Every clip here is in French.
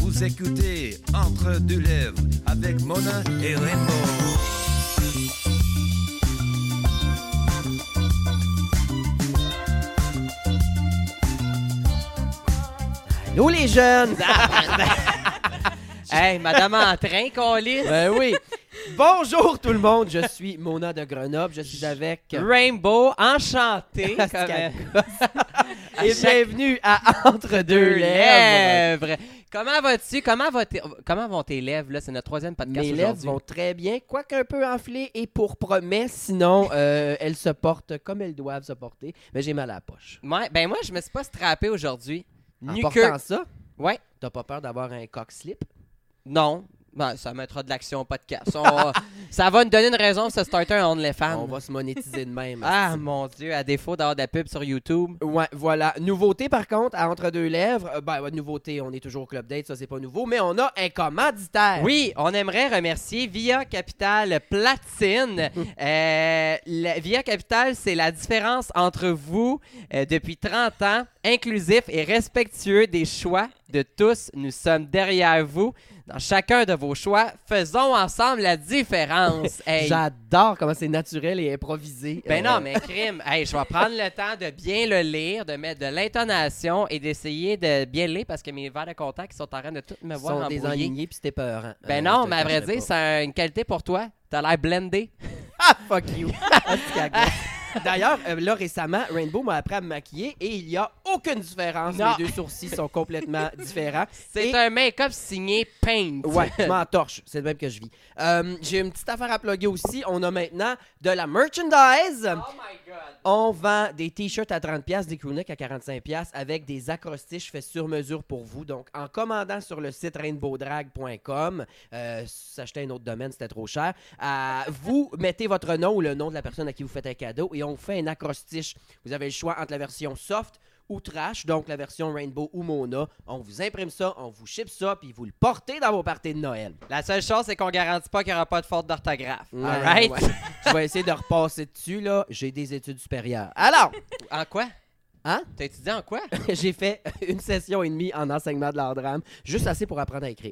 Vous écoutez Entre deux lèvres avec Mona et Rainbow. Allô les jeunes! Hey, madame en train, Colin. Ben oui! Bonjour tout le monde, je suis Mona de Grenoble, je suis avec... Rainbow, enchanté. Et bienvenue à Entre deux lèvres! Comment vas-tu? Comment vont tes lèvres? Là? C'est notre troisième podcast Mes aujourd'hui. lèvres vont très bien, quoique un peu enflées et pourpres, mais sinon, elles se portent comme elles doivent se porter. Mais j'ai mal à la poche. Ouais, ben moi, je me suis pas strappé aujourd'hui. En Nu portant que... ça, Ouais. t'as pas peur d'avoir un cock slip? Non. Ben, ça mettra de l'action au podcast. Ça va nous donner une raison de se starter un OnlyFans. On va se monétiser de même. Ah, asti. mon Dieu, à défaut d'avoir de la pub sur YouTube. Ouais, voilà. Nouveauté, par contre, à Entre deux lèvres. Nouveauté, on est toujours au Club Date, ça, c'est pas nouveau. Mais on a un commanditaire. Oui, on aimerait remercier Via Capital Platine. Via Capital, c'est la différence entre vous depuis 30 ans, inclusif et respectueux des choix de tous. Nous sommes derrière vous. Dans chacun de vos choix, faisons ensemble la différence. Hey. J'adore comment c'est naturel et improvisé. Ben non, mais crime. Hey, je vais prendre le temps de bien le lire, de mettre de l'intonation et d'essayer de bien le lire parce que mes verres de contact sont en train de tout me Ils voir sont des embrouillés. enlignés puis c'était peurant. Ben non, mais à vrai dire, c'est une qualité pour toi. T'as l'air blendé. Ah, fuck you! D'ailleurs, là, récemment, Rainbow m'a appris à me maquiller et il n'y a aucune différence. Non. Les deux sourcils sont complètement différents. C'est Et- un make-up signé Paint. Ouais, je m'en torche. C'est le même que je vis. J'ai une petite affaire à plugger aussi. On a maintenant de la merchandise. Oh my God. On vend des t-shirts à 30$, des crewnecks à 45$ avec des acrostiches faits sur mesure pour vous. Donc, en commandant sur le site rainbowdrag.com, s'acheter un autre domaine, c'était trop cher. Vous mettez votre nom ou le nom de la personne à qui vous faites un cadeau et on fait un acrostiche. Vous avez le choix entre la version soft ou trash, donc la version Rainbow ou Mona. On vous imprime ça, on vous ship ça, puis vous le portez dans vos parties de Noël. La seule chose, c'est qu'on garantit pas qu'il n'y aura pas de faute d'orthographe. Ouais, All right? ouais. Je vais essayer de repasser dessus, là. J'ai des études supérieures. Alors, En quoi? hein? T'as étudié en quoi? J'ai fait une session et demie en enseignement de l'art drame, juste assez pour apprendre à écrire.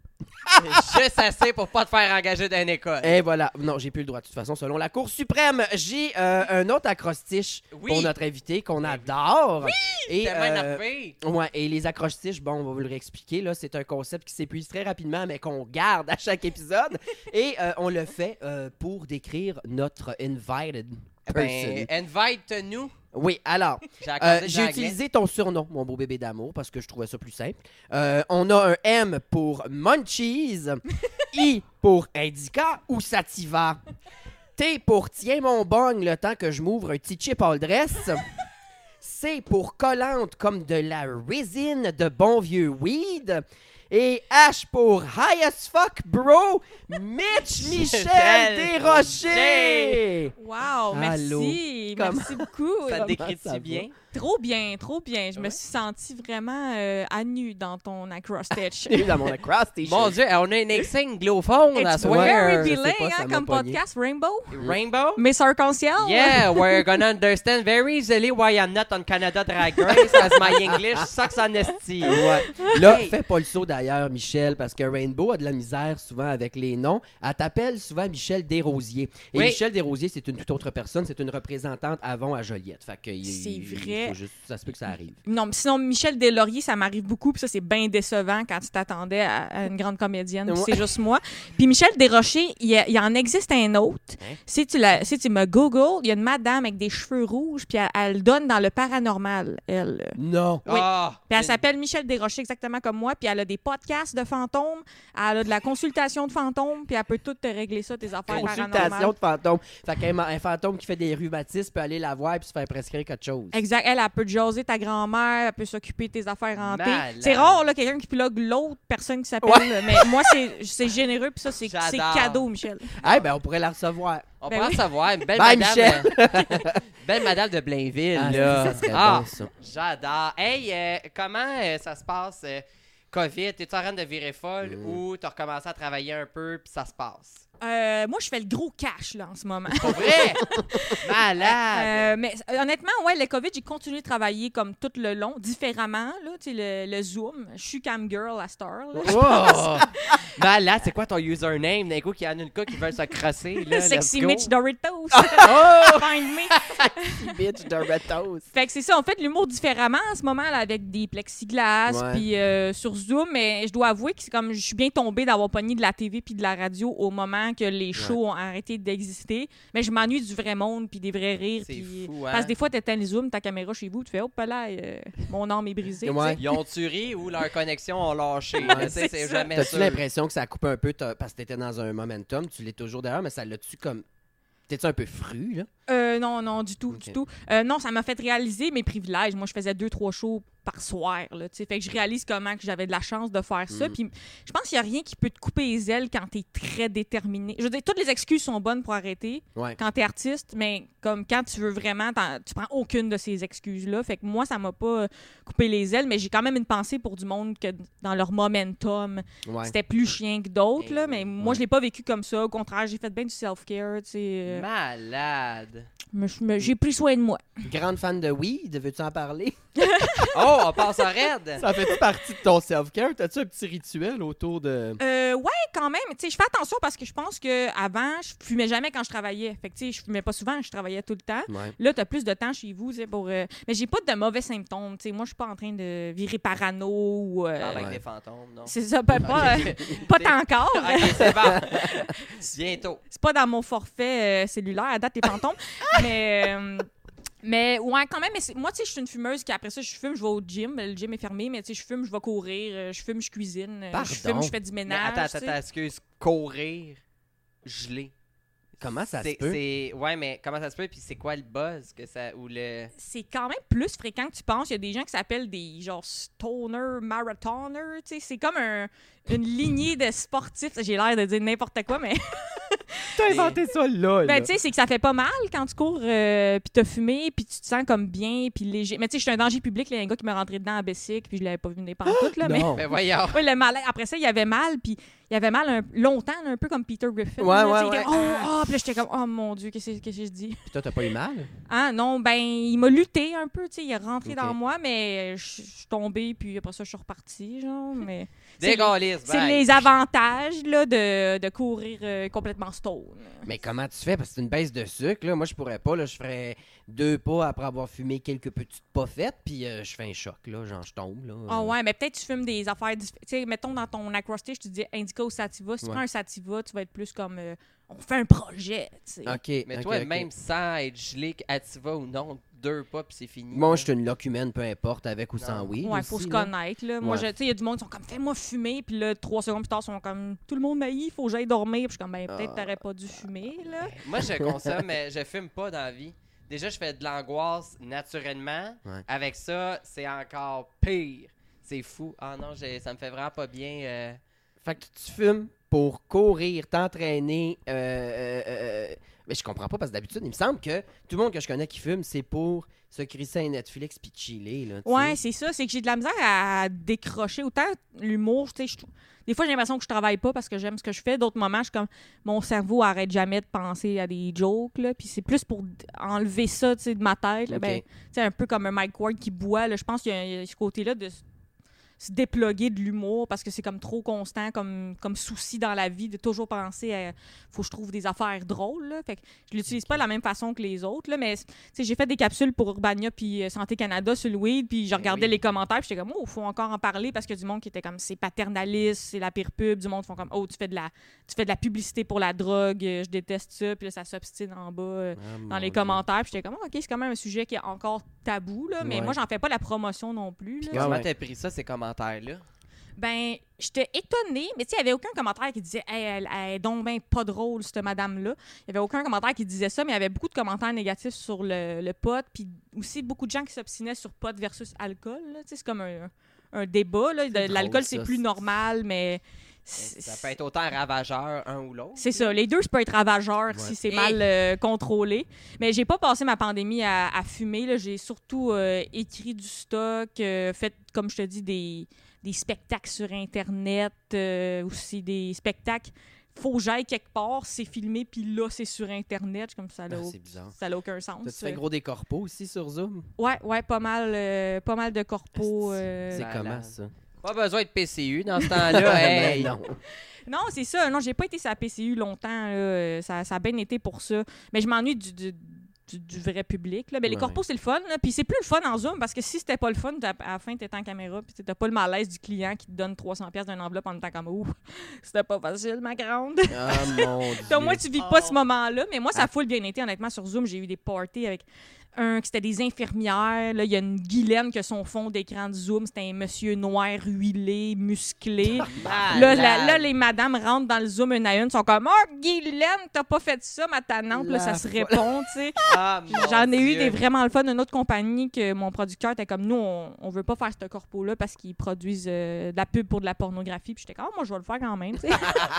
Juste assez pour pas te faire engager dans une école. Et voilà. Non, j'ai plus le droit. De toute façon, selon la Cour suprême, j'ai un autre acrostiche Oui. pour notre invité qu'on adore. Et, Tellement énervé. ouais, et les acrostiches, bon, on va vous le réexpliquer. Là, c'est un concept qui s'épuise très rapidement, mais qu'on garde à chaque épisode. Et on le fait pour décrire notre invited person. Ben, invite-nous. Oui, alors, J'ai accordé j'ai l'anglais. utilisé ton surnom, mon beau bébé d'amour, parce que je trouvais ça plus simple. On a un M pour Munchies, I pour Indica ou Sativa, T pour Tiens mon bong le temps que je m'ouvre un petit chip all dress, C pour collante comme de la résine de bon vieux weed, et H pour High as fuck bro, Mitch Michel Desrochers! Wow, Allô. merci. Comment- Merci beaucoup. Ça te ça décrit-tu va? bien? Trop bien, trop bien. Je me Ouais. suis sentie vraiment à nu dans ton acrostiche. Dans mon acrostiche. Mon Dieu, on a une accent anglophone à It's soir. very je sais bilingue pas, ça hein, m'a comme pogné. podcast Rainbow. Rainbow? Mais arc-en-ciel. Yeah, we're gonna understand very easily why I'm not on Canada Drag Race as my English sucks on esti. Ouais. Là, Hey. fais pas le saut d'ailleurs, Michel, parce que Rainbow a de la misère souvent avec les noms. Elle t'appelle souvent Michel Desrosiers. Et Oui. Michel Desrosiers, c'est une toute autre personne. C'est une représentante avant à Joliette. Fait que C'est vrai. il faut juste, ça se peut que ça arrive. Non, mais sinon, Michel Deslauriers, ça m'arrive beaucoup. Puis ça, c'est bien décevant quand tu t'attendais à une grande comédienne. Puis Ouais. c'est juste moi. Puis Michel Desrochers, il en existe un autre. Hein? Si tu me Google, il y a une madame avec des cheveux rouges. Puis elle donne dans le paranormal, elle. Non. Oui. Ah, Puis elle s'appelle Michel Desrochers, exactement comme moi. Puis elle a des podcasts de fantômes. Elle a de la consultation de fantômes. Puis elle peut tout te régler ça, tes affaires Consultation paranormales. de fantôme. Fait qu'un fantôme qui fait des rhumatismes peut aller la voir et se faire prescrire quelque chose. Exact. Elle peut te jaser ta grand-mère. Elle peut s'occuper de tes affaires hantées. Malade. C'est rare, là, quelqu'un qui plug l'autre personne qui s'appelle. Ouais. Mais moi, c'est généreux. Puis ça, c'est J'adore. cadeau, Michel. Eh ben, on pourrait la recevoir. on Ben peut en oui. savoir. Une belle Bye, madame. Michel. Belle madame de Blainville, Ah, là. ça serait Ah, bon, ça. j'adore. Hey, comment ça se passe, COVID? T'es-tu en train de virer folle ou t'as recommencé à travailler un peu puis ça se passe? Moi, je fais le gros cash là, en ce moment. Pour vrai? Malade! Mais honnêtement, ouais, le COVID, j'ai continué de travailler comme tout le long, différemment. Là, le Zoom. Je suis cam girl à Star. Oh! Malade, c'est quoi ton username? D'un coup, qu'il y en a une cas qui veulent se crosser. Là, Sexy let's go. Mitch Doritos. Oh! Find me. Bitch Doritos. Fait que c'est ça, on fait de l'humour différemment en ce moment là, avec des plexiglas Ouais. puis sur Zoom, mais je dois avouer que c'est comme je suis bien tombée d'avoir pogné de la TV puis de la radio au moment que les shows ont arrêté d'exister, mais je m'ennuie du vrai monde puis des vrais rires C'est puis fou, hein? parce que des fois t'éteins le Zoom, ta caméra chez vous, tu fais hop là, mon âme est brisée. Ouais. Ils ont-tu ri ou leur connexion ont lâché? là, tu sais, c'est c'est ça. jamais T'as-tu sûr. l'impression que ça coupe un peu parce que t'étais dans un momentum, tu l'es toujours derrière, mais ça l'a-tu comme... T'es-tu un peu fru, là? Non, du tout, Ok. du tout. Non, ça m'a fait réaliser mes privilèges. Moi, je faisais 2-3 shows par soir, là, tu sais. Fait que je réalise comment que j'avais de la chance de faire ça. Puis je pense qu'il n'y a rien qui peut te couper les ailes quand t'es très déterminé. Je veux dire, toutes les excuses sont bonnes pour arrêter Ouais. quand t'es artiste, mais comme quand tu veux vraiment, tu prends aucune de ces excuses-là. Fait que moi, ça m'a pas coupé les ailes, mais j'ai quand même une pensée pour du monde que dans leur momentum, Ouais. c'était plus chien que d'autres, Eh là. oui. Mais moi, je l'ai pas vécu comme ça. Au contraire, j'ai fait bien du self-care, tu sais. Malade. J'ai pris soin de moi. Grande fan de weed, veux-tu en parler? Oh, on passe à raid. Ça fait partie de ton self-care? T'as-tu un petit rituel autour de... Ouais, quand même. Tu sais, je fais attention parce que je pense que avant, je fumais jamais quand je travaillais. Fait que tu sais, je fumais pas souvent, je travaillais tout le temps. Ouais. Là, t'as plus de temps chez vous, tu sais, pour. Mais j'ai pas de mauvais symptômes. Tu sais, moi, je suis pas en train de virer parano ou. Parle avec Ouais. des fantômes, non? C'est ça, pas Ok. pas tant encore. Ok, c'est bon. Bientôt. C'est pas dans mon forfait cellulaire à date les fantômes. Mais ouais, quand même, moi, tu sais, je suis une fumeuse qui, après ça, je fume, je vais au gym. Le gym est fermé, mais tu sais, je fume, je vais courir, je fume, je cuisine, Pardon? je fume, je fais du Mais ménage. attends, tu sais. excuse. Courir, gelé. Comment ça se peut? Ouais, mais comment ça se peut? Puis c'est quoi le buzz que ça. Ou le. C'est quand même plus fréquent que tu penses. Il y a des gens qui s'appellent des genre stoner marathoners. Tu sais, c'est comme une lignée de sportifs. J'ai l'air de dire n'importe quoi, mais T'as inventé ça là, ben, tu sais, c'est que ça fait pas mal quand tu cours, puis t'as fumé, puis tu te sens comme bien, puis léger. Mais tu sais, je suis un danger public. Il y a un gars qui m'est rentré dedans à Bessic, puis je l'avais pas vu venir pantoute, là. Mais Non. Ben voyons. ouais, le mal. Après ça, il y avait mal, puis il y avait mal longtemps, un peu comme Peter Griffin. Ouais, là, ouais, tu sais, il était, ouais. puis là, j'étais comme, oh mon Dieu, qu'est-ce que je dis? Puis toi, t'as pas eu mal? Ah non, ben, il m'a lutté un peu, tu sais, il est rentré Ok. dans moi, mais je suis tombée, puis après ça, je suis repartie, genre, mais... c'est Dégalisse, c'est bye. les avantages, là, de courir complètement stone. Mais comment tu fais? Parce que c'est une baisse de sucre, là. Moi, je pourrais pas, là. Je ferais 2 pas après avoir fumé quelques petites poffettes, puis je fais un choc, là. Genre, je tombe, là. Ah ouais, mais peut-être tu fumes des affaires... Tu sais, mettons, dans ton acrostiche, tu dis indica ou sativa. Si tu Ouais. prends un sativa, tu vas être plus comme... on fait un projet, tu sais. OK. Mais ok, toi, ok. même sans être gelé, Ativa ou non, 2 pas, puis c'est fini. Moi, là. je suis une locumène, peu importe, avec ou sans Non. weed. Ouais, aussi, faut se là. connaître, là. Moi, Ouais. tu sais, il y a du monde qui sont comme, fais-moi fumer, puis là, 3 secondes plus tard, ils sont comme, tout le monde maït, faut que j'aille dormir. Puis je suis comme, ben, peut-être t'aurais pas dû fumer, là. Moi, je consomme, mais je fume pas dans la vie. Déjà, je fais de l'angoisse naturellement. Ouais. Avec ça, c'est encore pire. C'est fou. Ah non, ça me fait vraiment pas bien. Fait que tu fumes pour courir, t'entraîner. Mais je comprends pas parce que d'habitude, il me semble que tout le monde que je connais qui fume, c'est pour se crisser un Netflix puis chiller. Là, tu Ouais, sais. c'est ça. C'est que j'ai de la misère à décrocher. Autant l'humour, tu sais, des fois, j'ai l'impression que je travaille pas parce que j'aime ce que je fais. D'autres moments, je suis comme, mon cerveau arrête jamais de penser à des jokes, là. Puis c'est plus pour enlever ça, tu sais, de ma tête. Là. Ok. Ben, tu sais, un peu comme un Mike Ward qui boit, là. Je pense qu'il y a ce côté-là de se déploguer de l'humour parce que c'est comme trop constant comme souci dans la vie de toujours penser à faut que je trouve des affaires drôles là. Fait que je l'utilise pas de la même façon que les autres là, mais tu sais, j'ai fait des capsules pour Urbania puis Santé Canada sur le weed puis je regardais oui. les commentaires puis j'étais comme oh faut encore en parler parce que du monde qui était comme c'est paternaliste, c'est la pire pub, du monde font comme oh tu fais de la publicité pour la drogue, je déteste ça puis là ça s'obstine en bas Ah, dans mon les Dieu. commentaires puis j'étais comme OK, c'est quand même un sujet qui est encore tabou là, mais Ouais. moi j'en fais pas la promotion non plus là. Ouais, Comment ouais. t'as pris ça, ces commentaires-là? Ben, j'étais étonnée, mais tu sais, il n'y avait aucun commentaire qui disait hey, elle est donc ben pas drôle, cette madame-là. Il n'y avait aucun commentaire qui disait ça, mais il y avait beaucoup de commentaires négatifs sur le pot, puis aussi beaucoup de gens qui s'obstinaient sur pot versus alcool. là. Tu sais, c'est comme un débat. Là. drôle, L'alcool, ça. c'est plus normal, mais... Ça peut être autant ravageur, un ou l'autre. C'est ça. Les deux, ça peut être ravageur si c'est mal contrôlé. Mais j'ai pas passé ma pandémie à fumer. là. J'ai surtout écrit du stock, fait, comme je te dis, des spectacles sur Internet, aussi des spectacles faut que j'aille quelque part, c'est filmé, puis là, c'est sur Internet. Comme ça, c'est bizarre. ça n'a aucun sens. Tu fais gros des corpos aussi sur Zoom? Ouais, pas mal de corpos. C'est comment Malade. ça? Pas besoin de PCU dans ce temps-là. Hey. Non. Non, c'est ça. Non, j'ai pas été sur la PCU longtemps. Là. Ça a bien été pour ça. Mais je m'ennuie du vrai public. Là. Mais les Ouais. corpos, c'est le fun. Là. Puis c'est plus le fun en Zoom parce que si c'était pas le fun, à la fin, t'es en caméra puis t'as pas le malaise du client qui te donne 300$ d'une enveloppe en étant comme « Ouh, c'était pas facile, ma grande. » Ah, mon Dieu. Donc, moi, tu vis pas ce moment-là. Mais moi, ça a full bien été, honnêtement, sur Zoom. J'ai eu des parties avec c'était des infirmières. Là, il y a une Guylaine qui a son fond d'écran de Zoom. C'était un monsieur noir, huilé, musclé. Là, les madames rentrent dans le Zoom une à une. Sont comme « Oh, Guylaine, t'as pas fait ça, ma tanante. » Là, ça se répond, tu sais. Ah, mon J'en ai eu Dieu. des vraiment le fun d'une autre compagnie que mon producteur était comme nous, on veut pas faire ce corpo-là parce qu'ils produisent de la pub pour de la pornographie. Puis j'étais comme, moi, je vais le faire quand même. tu sais.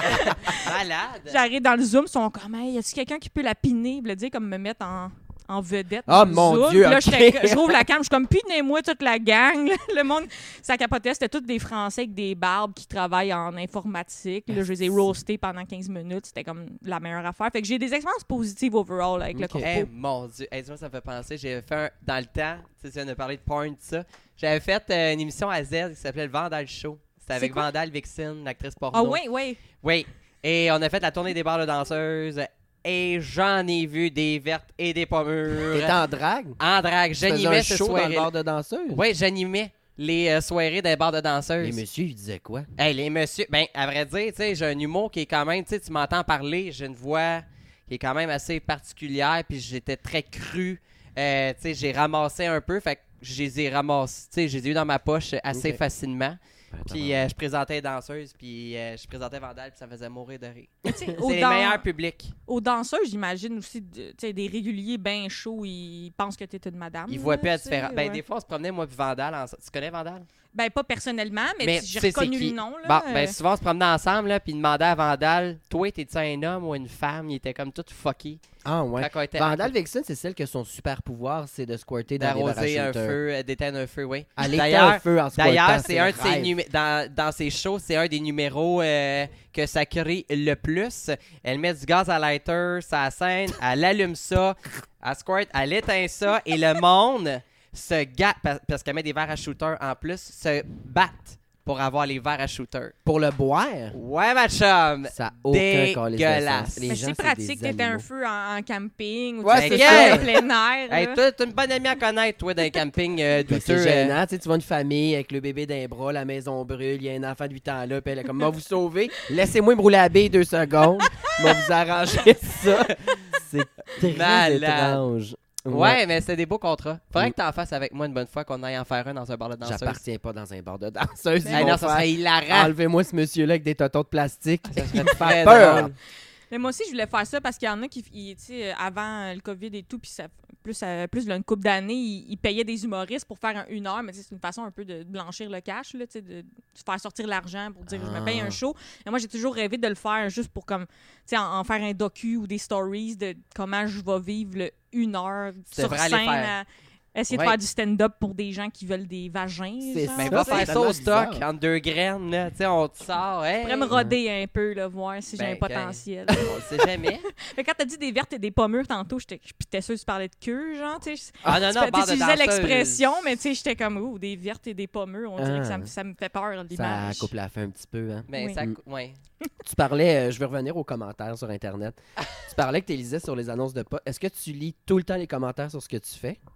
Malade. J'arrive dans le Zoom, ils sont comme, hey, y a-tu quelqu'un qui peut la piner? Ils le dire comme me mettre en vedette. Ah, dans le mon Zoom. Dieu, Puis là, ok. je rouvre la cam, je suis comme, pinez-moi toute la gang. Le monde, ça capotait. C'était tous des Français avec des barbes qui travaillent en informatique. Là, je les ai roastés pendant 15 minutes. C'était comme la meilleure affaire. Fait que j'ai des expériences positives overall avec le Ok. corpo. Eh, mon Dieu. Hey, dis-moi, ça me fait penser. J'ai fait dans le temps, tu sais, tu viens de parler de porn, tout ça. J'avais fait une émission à Z qui s'appelait le Vandal Show. C'était avec quoi? Vandal Vixen, l'actrice porno. Ah oui, oui. Oui. Et on a fait la tournée des bars de danseuses. Et j'en ai vu des vertes et des pommures. T'étais en drague? En drague. Tu faisais J'animais un ce show dans le soirée. bar de danseuse? Oui, j'animais les soirées des bars de danseuses. Les messieurs, ils disaient quoi? Hey, les messieurs, ben, à vrai dire, tu sais, j'ai un humour qui est quand même, tu sais, tu m'entends parler, j'ai une voix qui est quand même assez particulière, puis j'étais très cru. Tu sais, j'ai ramassé un peu, fait que je les ai ramassés, tu sais, je les ai eu dans ma poche assez Ok. facilement. Puis je présentais les danseuses, puis je présentais Vandal, puis ça me faisait mourir de rire. Tu sais, C'est les meilleurs publics. Aux danseurs, j'imagine aussi, tu sais, des réguliers bien chauds, ils pensent que t'es une madame. Ils voient là, plus la tu sais, différence. Ben, ouais. des fois, on se promenait, moi, puis Vandal. Tu connais Vandal? Ben, pas personnellement, mais tu j'ai sais c'est reconnu qui. le nom. Là. Bon, ben, souvent, on se promenait ensemble, là, puis il demandait à Vandal, toi, t'es-tu un homme ou une femme? Il était comme tout fucké. Ah, ouais. Quand on était Vandal Vixen, c'est celle que son super pouvoir, c'est de squirter dans les d'arroser un parachuteurs. feu, d'éteindre un feu, oui. Elle éteint un feu en squirtant, D'ailleurs, c'est un de le ses rêve. dans ses shows, c'est un des numéros que ça crée le plus. Elle met du gaz à lighter, sa scène, elle allume ça, elle squirt, elle éteint ça, et le monde se gâte, parce qu'elle met des verres à shooter en plus, se battent pour avoir les verres à shooter. Pour le boire, Ouais, ma chum! ça a aucun calice de Dégueulasse. sens. Les Mais gens, c'est pratique, des t'étais un animaux. feu en camping, ou Ouais, tu c'est fais ça. en plein air. Hey, là. toi, t'es une bonne amie à connaître, toi, d'un camping Ben, douteux. c'est gênant, tu sais, tu vois une famille avec le bébé d'un bras, la maison brûle, il y a un enfant de 8 ans là, puis elle est comme, va vous sauver, laissez-moi me rouler à bille 2 secondes, va vous arranger ça. C'est très Malade. étrange. Ouais, mais c'est des beaux contrats. Faudrait que t'en fasses avec moi une bonne fois qu'on aille en faire un dans un bar de danseuse. J'appartiens pas dans un bar de danseuse. ils Hey, vont non, ça faire, serait hilarant. enlevez-moi ce monsieur-là avec des totons de plastique. Ça serait Faire très peur. drôle. Mais moi aussi, je voulais faire ça parce qu'il y en a qui, tu sais, avant le COVID et tout, puis ça, plus une couple d'années, ils payaient des humoristes pour faire 1 heure, mais tu sais, c'est une façon un peu de blanchir le cash, là, tu sais, de faire sortir l'argent pour dire je me paye un show. Et moi, j'ai toujours rêvé de le faire juste pour comme, tu sais, en faire un docu ou des stories de comment je vais vivre le 1 heure C'est sur vrai, aller scène faire. à essayer Ouais. de faire du stand-up pour des gens qui veulent des vagins. C'est genre. Mais Ça, va c'est faire ça tellement au stock, bizarre. entre 2 graines, là. Tu sais, on te sort. Hey. Je pourrais me roder un peu, là, voir si j'ai Ben, un potentiel. On le sait jamais. Mais quand t'as dit des vertes et des pommures tantôt, j'étais sûre que tu parlais de queue, genre, tu sais. Ah non, non, bar Tu de utilisais danseuse. l'expression, mais tu sais, j'étais comme, ouh, des vertes et des pommures. On dirait que Ah. ça me fait peur, Ça l'image. coupe la fin un petit peu, hein. Mais Oui. ça, Mm. ouais. Tu parlais, je vais revenir aux commentaires sur Internet. Tu parlais que tu lisais sur les annonces de potes. Est-ce que tu lis tout le temps les commentaires sur ce que tu fais?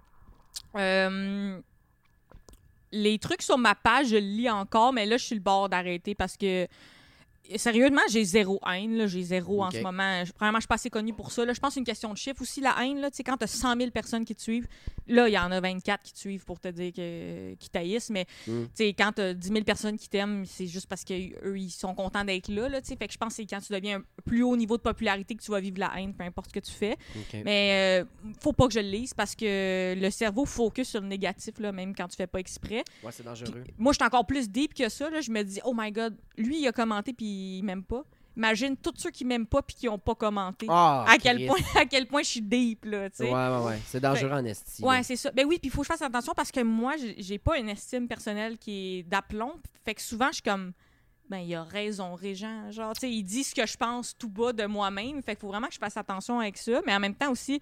Les trucs sur ma page, je le lis encore, mais là, je suis le bord d'arrêter parce que, sérieusement, j'ai zéro haine. Là, j'ai zéro en Ok. ce moment. Premièrement, je suis pas assez connue pour ça. Là. Je pense que c'est une question de chiffre aussi, la haine. Là, tu sais, quand tu as 100 000 personnes qui te suivent, là, il y en a 24 qui te suivent pour te dire qu'ils taillissent. Mais Mm. tu sais, quand tu as 10 000 personnes qui t'aiment, c'est juste parce qu'eux, ils sont contents d'être là. Là tu sais. Fait que je pense que c'est quand tu deviens un plus haut niveau de popularité que tu vas vivre la haine, peu importe ce que tu fais. OK. Mais faut pas que je le lise parce que le cerveau focus sur le négatif, là, même quand tu fais pas exprès. Ouais, c'est dangereux. Puis, moi, je suis encore plus deep que ça. Là. Je me dis, oh my God, lui, il a commenté puis il m'aime pas. Imagine tous ceux qui m'aiment pas puis qui ont pas commenté. Ah, à quel Christ. point je suis deep, là, tu sais. Ouais. C'est dangereux en esti. Ouais, là. c'est ça. Ben oui, puis il faut que je fasse attention parce que moi, j'ai pas une estime personnelle qui est d'aplomb. Fait que souvent, je suis comme, Ben, il a raison, Régent. Genre, tu sais, il dit ce que je pense tout bas de moi-même. Fait qu'il faut vraiment que je fasse attention avec ça. Mais en même temps aussi,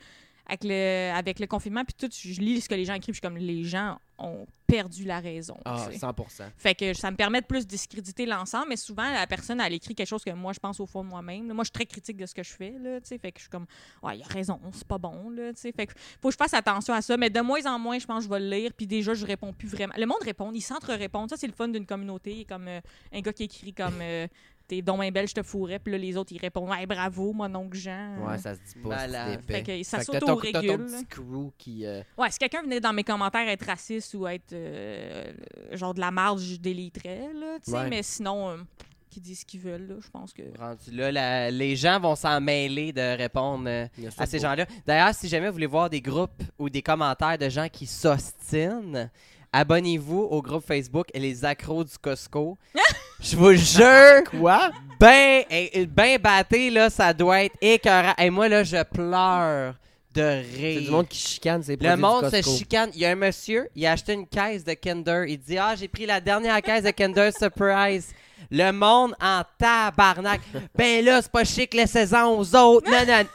avec le confinement, puis tout, je lis ce que les gens écrivent. Je suis comme, les gens ont perdu la raison. Ah, tu sais. 100%. Fait que ça me permet de plus discréditer l'ensemble, mais souvent, la personne, elle écrit quelque chose que moi, je pense au fond de moi-même. Moi, je suis très critique de ce que je fais, là, tu sais. Fait que je suis comme, ouais, il a raison, c'est pas bon, là, tu sais. Fait que faut que je fasse attention à ça, mais de moins en moins, je pense que je vais le lire, puis déjà, je réponds plus vraiment. Le monde répond, il s'entre-répond. Ça, c'est le fun d'une communauté. Comme un gars qui écrit comme... T'es donc bien belle, je te fourrais. Puis là, les autres, ils répondent, ouais, bravo, mon oncle Jean. Ouais, ça se dit pas. Malade. C'est Fait épais. que ça Fait que t'as ton s'auto-régule. petit crew qui... Ouais, si quelqu'un venait dans mes commentaires être raciste ou être genre de la marge, je déliterais, là, tu sais. Ouais. Mais sinon, qu'ils disent ce qu'ils veulent, là, je pense que... Rendu là, les gens vont s'en mêler de répondre il y a ça à ces de gens-là. D'ailleurs, si jamais vous voulez voir des groupes ou des commentaires de gens qui s'ostinent, abonnez-vous au groupe Facebook Les Accros du Costco. Je vous jure, Quoi? ben batté, là, ça doit être écœurant. Et moi, là, je pleure de rire. C'est du monde qui chicane ses Le produits monde du se Costco. chicane. Il y a un monsieur, il a acheté une caisse de Kinder. Il dit, j'ai pris la dernière caisse de Kinder Surprise. Le monde en tabarnak. Ben là, c'est pas chic, laissez-en aux autres. Non, non.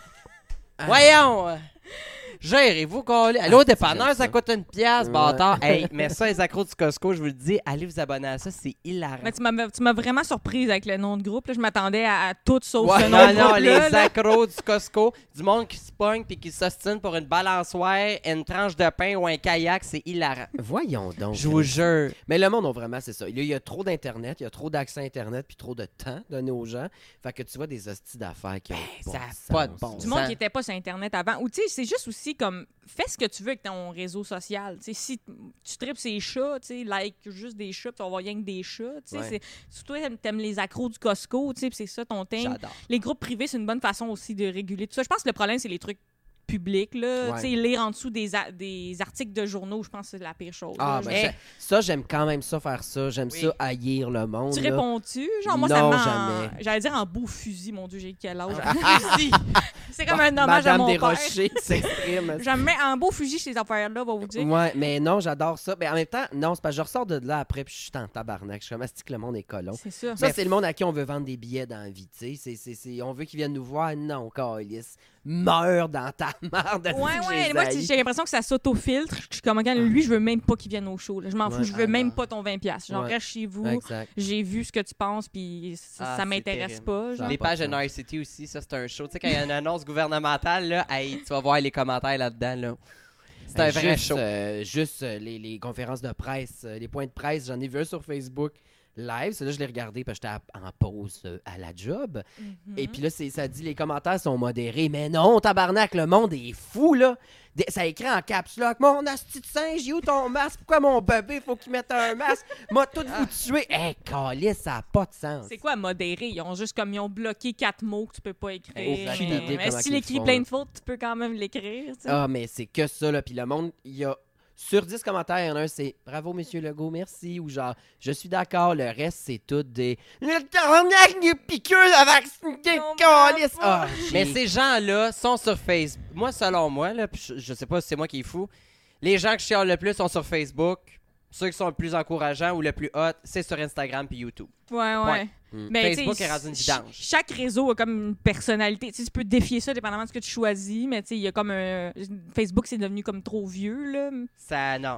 Voyons. Gérez-vous, coller. Allez au dépanneur, j'aime ça ça. coûte une pièce, Ouais. bâtard. Hey, mais ça, les accros du Costco, je vous le dis, allez vous abonner à ça, c'est hilarant. Mais tu m'as vraiment surprise avec le nom de groupe. Là. Je m'attendais à tout sauf Ouais, ce nom non, de non, groupe. les Là. accros du Costco, du monde qui se pogne puis qui s'ostine pour une balançoire, une tranche de pain ou un kayak, c'est hilarant. Voyons donc. Je vous jure. Mais le monde, vraiment, c'est ça. Il y a trop d'Internet, il y a trop d'accès Internet, puis trop de temps donné aux gens. Fait que tu vois des hosties d'affaires qui ont ça a sens. pas de bon Du monde Ça- qui n'était pas sur Internet avant. Ou tu sais, c'est juste aussi comme fais ce que tu veux avec ton réseau social. Tu sais, si tu tripes ces chats, tu sais, like juste des chats, puis tu vas voir rien que des chats. Tu sais, Ouais. si toi, t'aimes les accros du Costco, tu sais, puis c'est ça ton thing. J'adore. Les groupes privés, c'est une bonne façon aussi de réguler tout ça. Je pense que le problème, c'est les trucs publics. Là. Ouais. Tu sais, lire en dessous des articles de journaux, je pense que c'est la pire chose. Ah, là. ben, Hey. ça, j'aime quand même ça faire ça. J'aime Oui. ça haïr le monde. Tu là. réponds-tu? Genre, moi, ça Non, me met jamais. J'allais dire en beau fusil, mon Dieu, j'ai quel âge? Un fusil! C'est comme un hommage à Madame mon père. Desrochers s'exprime. Je me mets en beau fusil ces affaires-là, va vous dire. Ouais, mais non, j'adore ça. Mais en même temps, non, c'est parce que je ressors de là après, puis je suis en tabarnak. Je suis comme, asti que le monde est colon. C'est ça. Ça, c'est le monde à qui on veut vendre des billets dans la vie, tu sais. On veut qu'ils viennent nous voir. Non, câlisse. Meurs dans ta marde. Ouais, moi, j'ai l'impression que ça s'auto-filtre. Je suis comme, regarde, lui, je veux même pas qu'il vienne au show. là. Je m'en fous, Ouais, je veux ah, même non. pas ton 20$. Genre, Ouais. reste chez vous. Exact. J'ai vu ce que tu penses, puis Ah, ça c'est m'intéresse terrible. pas. Genre. Les pas de pages de sens. Narcity aussi, ça c'est un show. Tu sais, quand il y a une annonce gouvernementale, là, hey, tu vas voir les commentaires là-dedans. Là. C'est un vrai show. Juste les conférences de presse, les points de presse, j'en ai vu un sur Facebook live. C'est là je l'ai regardé parce que j'étais en pause à la job. Mhm. Et puis là, ça dit les commentaires sont modérés. Mais non, tabarnak, le monde est fou, là. Ça écrit en caps lock. Mon asti de singe, il est où ton masque? Pourquoi mon bébé, faut qu'il mette un masque? M'a tout vous tuer. Hé, calice, ça n'a pas de sens. C'est quoi modéré? Ils ont bloqué 4 mots que tu peux pas écrire. Aucune idée Mais comment s'il ils écrit font, plein là. de fautes, tu peux quand même l'écrire. tu sais. Ah, mais c'est que ça, là. Puis le monde, il y a... Sur 10 commentaires, il y en a un, c'est « Bravo, Monsieur Legault, merci » ou genre « Je suis d'accord ». Le reste, c'est tout des « Le tabarnak, il est piqueux, la vaccine, Non, calice! » bravo. Ah, Mais ces gens-là sont sur Facebook. Moi, selon moi, là, puis je sais pas si c'est moi qui est fou, les gens que je chiale le plus sont sur Facebook. Ceux qui sont le plus encourageants ou le plus hot, c'est sur Instagram puis YouTube. Ouais. Ouais. Mais Facebook tu sais, est rendu une vidange. Chaque réseau a comme une personnalité. Tu sais, tu peux défier ça dépendamment de ce que tu choisis, mais tu sais, il y a comme un... Facebook, c'est devenu comme trop vieux, là. Ça, non.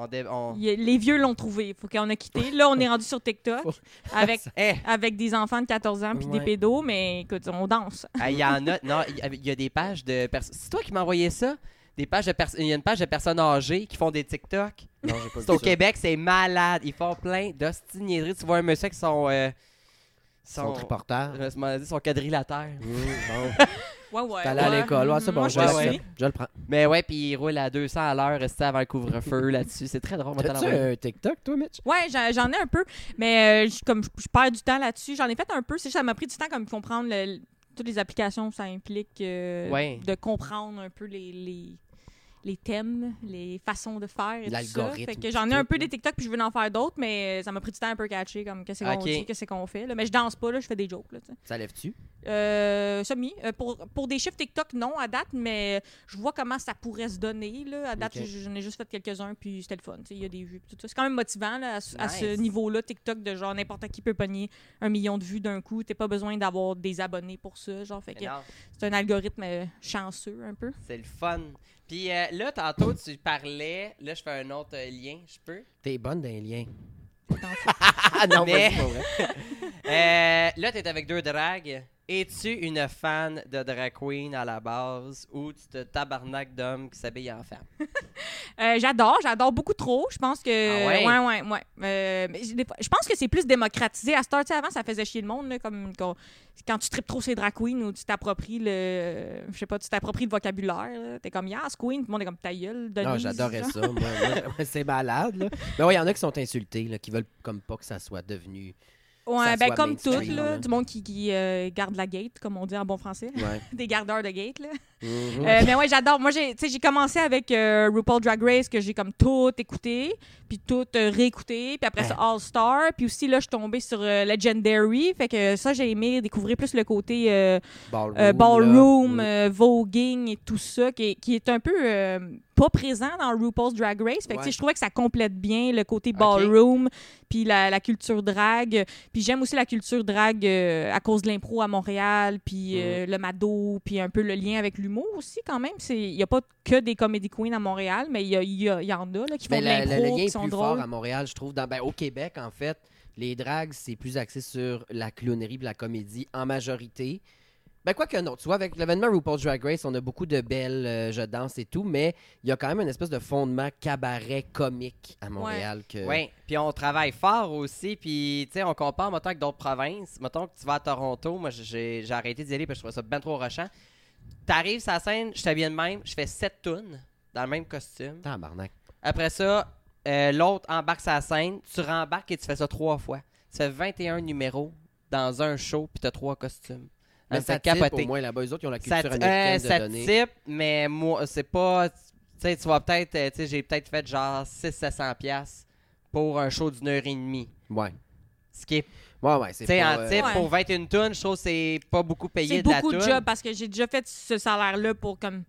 Les vieux l'ont trouvé. Faut qu'on a quitté. Là, on est rendu sur TikTok avec, Eh, avec des enfants de 14 ans puis des Ouais. pédos, mais écoute, on danse. il y en a. Non, il y a des pages de personnes. C'est toi qui m'as envoyé ça? Des pages de Il y a une page de personnes âgées qui font des TikTok. Non, j'ai pas C'est au Québec, c'est malade. Ils font plein d'ostiniéries. Tu vois un monsieur qui sont. Son triporteur. Je m'en ai dit, son quadrilatère. Bon, Ouais. t'es allé à l'école. Ouais, c'est bon, Moi, je je ouais, le ouais. sais. Je le prends. Mais ouais, puis il roule à 200 à l'heure, resté avant le couvre-feu là-dessus. C'est très drôle. On va t'en T'as-tu envoyer. un TikTok, toi, Mitch? Ouais, j'en ai un peu, mais comme je perds du temps là-dessus, j'en ai fait un peu. C'est juste, ça m'a pris du temps comme comprendre toutes les applications, ça implique Ouais. de comprendre un peu les les thèmes, les façons de faire et tout ça. L'algorithme, Fait que j'en ai un tout, peu là. des TikTok puis je veux en faire d'autres, mais ça m'a pris du temps un peu catché, comme qu'est-ce qu'on Ok. dit, qu'est-ce qu'on fait. Là. Mais je danse pas, là, je fais des jokes. Là, tu sais. Ça lève-tu? Semi. Pour des chiffres TikTok, non, à date, mais je vois comment ça pourrait se donner. Là. À date, Ok. j'en ai juste fait quelques-uns, puis c'était le fun. Tu sais, il y a des vues. Puis tout ça. C'est quand même motivant là, à ce Nice. niveau-là, TikTok, de genre n'importe qui peut pogner 1 million de vues d'un coup. T'as pas besoin d'avoir des abonnés pour ça. Genre, fait que Mais non, c'est un algorithme chanceux un peu. c'est le fun. Puis là, tantôt, tu parlais. Là, je fais un autre lien, je peux? T'es bonne d'un lien. T'en fous. Ah non, Mais- vas-y, pas vrai. Là, t'es avec deux dragues. Es-tu une fan de drag queen à la base ou tu te tabarnak d'hommes qui s'habillent en femme? J'adore beaucoup trop. Je pense que. Ah ouais? Ouais. Mais je pense que c'est plus démocratisé. À cette heure, tu sais, avant, ça faisait chier le monde, là, comme quand tu tripes trop ces drag queens ou tu t'appropries le vocabulaire. là. T'es comme yes, queen, tout le monde est comme ta gueule. Non, Denise, j'adorais genre. ça. Moi, c'est malade, là. Mais ouais, il y en a qui sont insultés, là, qui veulent comme pas que ça soit devenu... Ouais, ça ben soit comme tout, mainstream, là, là. du monde qui garde la gate, comme on dit en bon français. Ouais. Des gardeurs de gate, là. Mhm. Mais ouais, j'adore. Moi, j'ai commencé avec RuPaul Drag Race, que j'ai comme tout écouté, puis tout réécouté, puis après ça, All Star, puis aussi, là, je suis tombée sur Legendary, fait que ça, j'ai aimé découvrir plus le côté ballroom, là. voguing et tout ça, qui est un peu pas présent dans RuPaul's Drag Race. Fait que, tu sais, Ouais. je trouvais que ça complète bien le côté ballroom, puis la culture drag. Puis j'aime aussi la culture drag à cause de l'impro à Montréal, puis le Mado, puis un peu le lien avec l'humour aussi, quand même. Il n'y a pas que des comedy queens à Montréal, mais il y en a là, qui font Ben, de le l'impro, lien qui est sont plus drôles. fort à Montréal, je trouve. Au Québec, en fait, les drags, c'est plus axé sur la clownerie et la comédie en majorité. Ben, quoi que non. Tu vois, avec l'événement RuPaul's Drag Race, on a beaucoup de belles je danse et tout, mais il y a quand même une espèce de fondement cabaret comique à Montréal. Que... Oui, puis on travaille fort aussi, puis tu sais, on compare mettons avec d'autres provinces. Mettons que tu vas à Toronto, moi j'ai arrêté d'y aller parce que je trouvais ça bien trop rushant. T'arrives sur la scène, je t'habille de même, je fais 7 tunes dans le même costume. Tabarnak. Après ça, l'autre embarque sur la scène, tu rembarques et tu fais ça 3 fois. Tu fais 21 numéros dans un show, puis t'as 3 costumes. Mais Ça ça type capoté. au moins là-bas. Eux autres, ils ont la Ça, culture américaine de ça donner. type, mais moi, c'est pas... Tu sais, tu vas peut-être... tu sais, j'ai peut-être fait genre 600-700$ pour un show d'une heure et demie. Ouais. Ce qui est... Ouais, Tu c'est sais, pas... en type, Ouais. pour 21 tonnes, je trouve que c'est pas beaucoup payé C'est de la beaucoup de toune. job parce que j'ai déjà fait ce salaire-là pour comme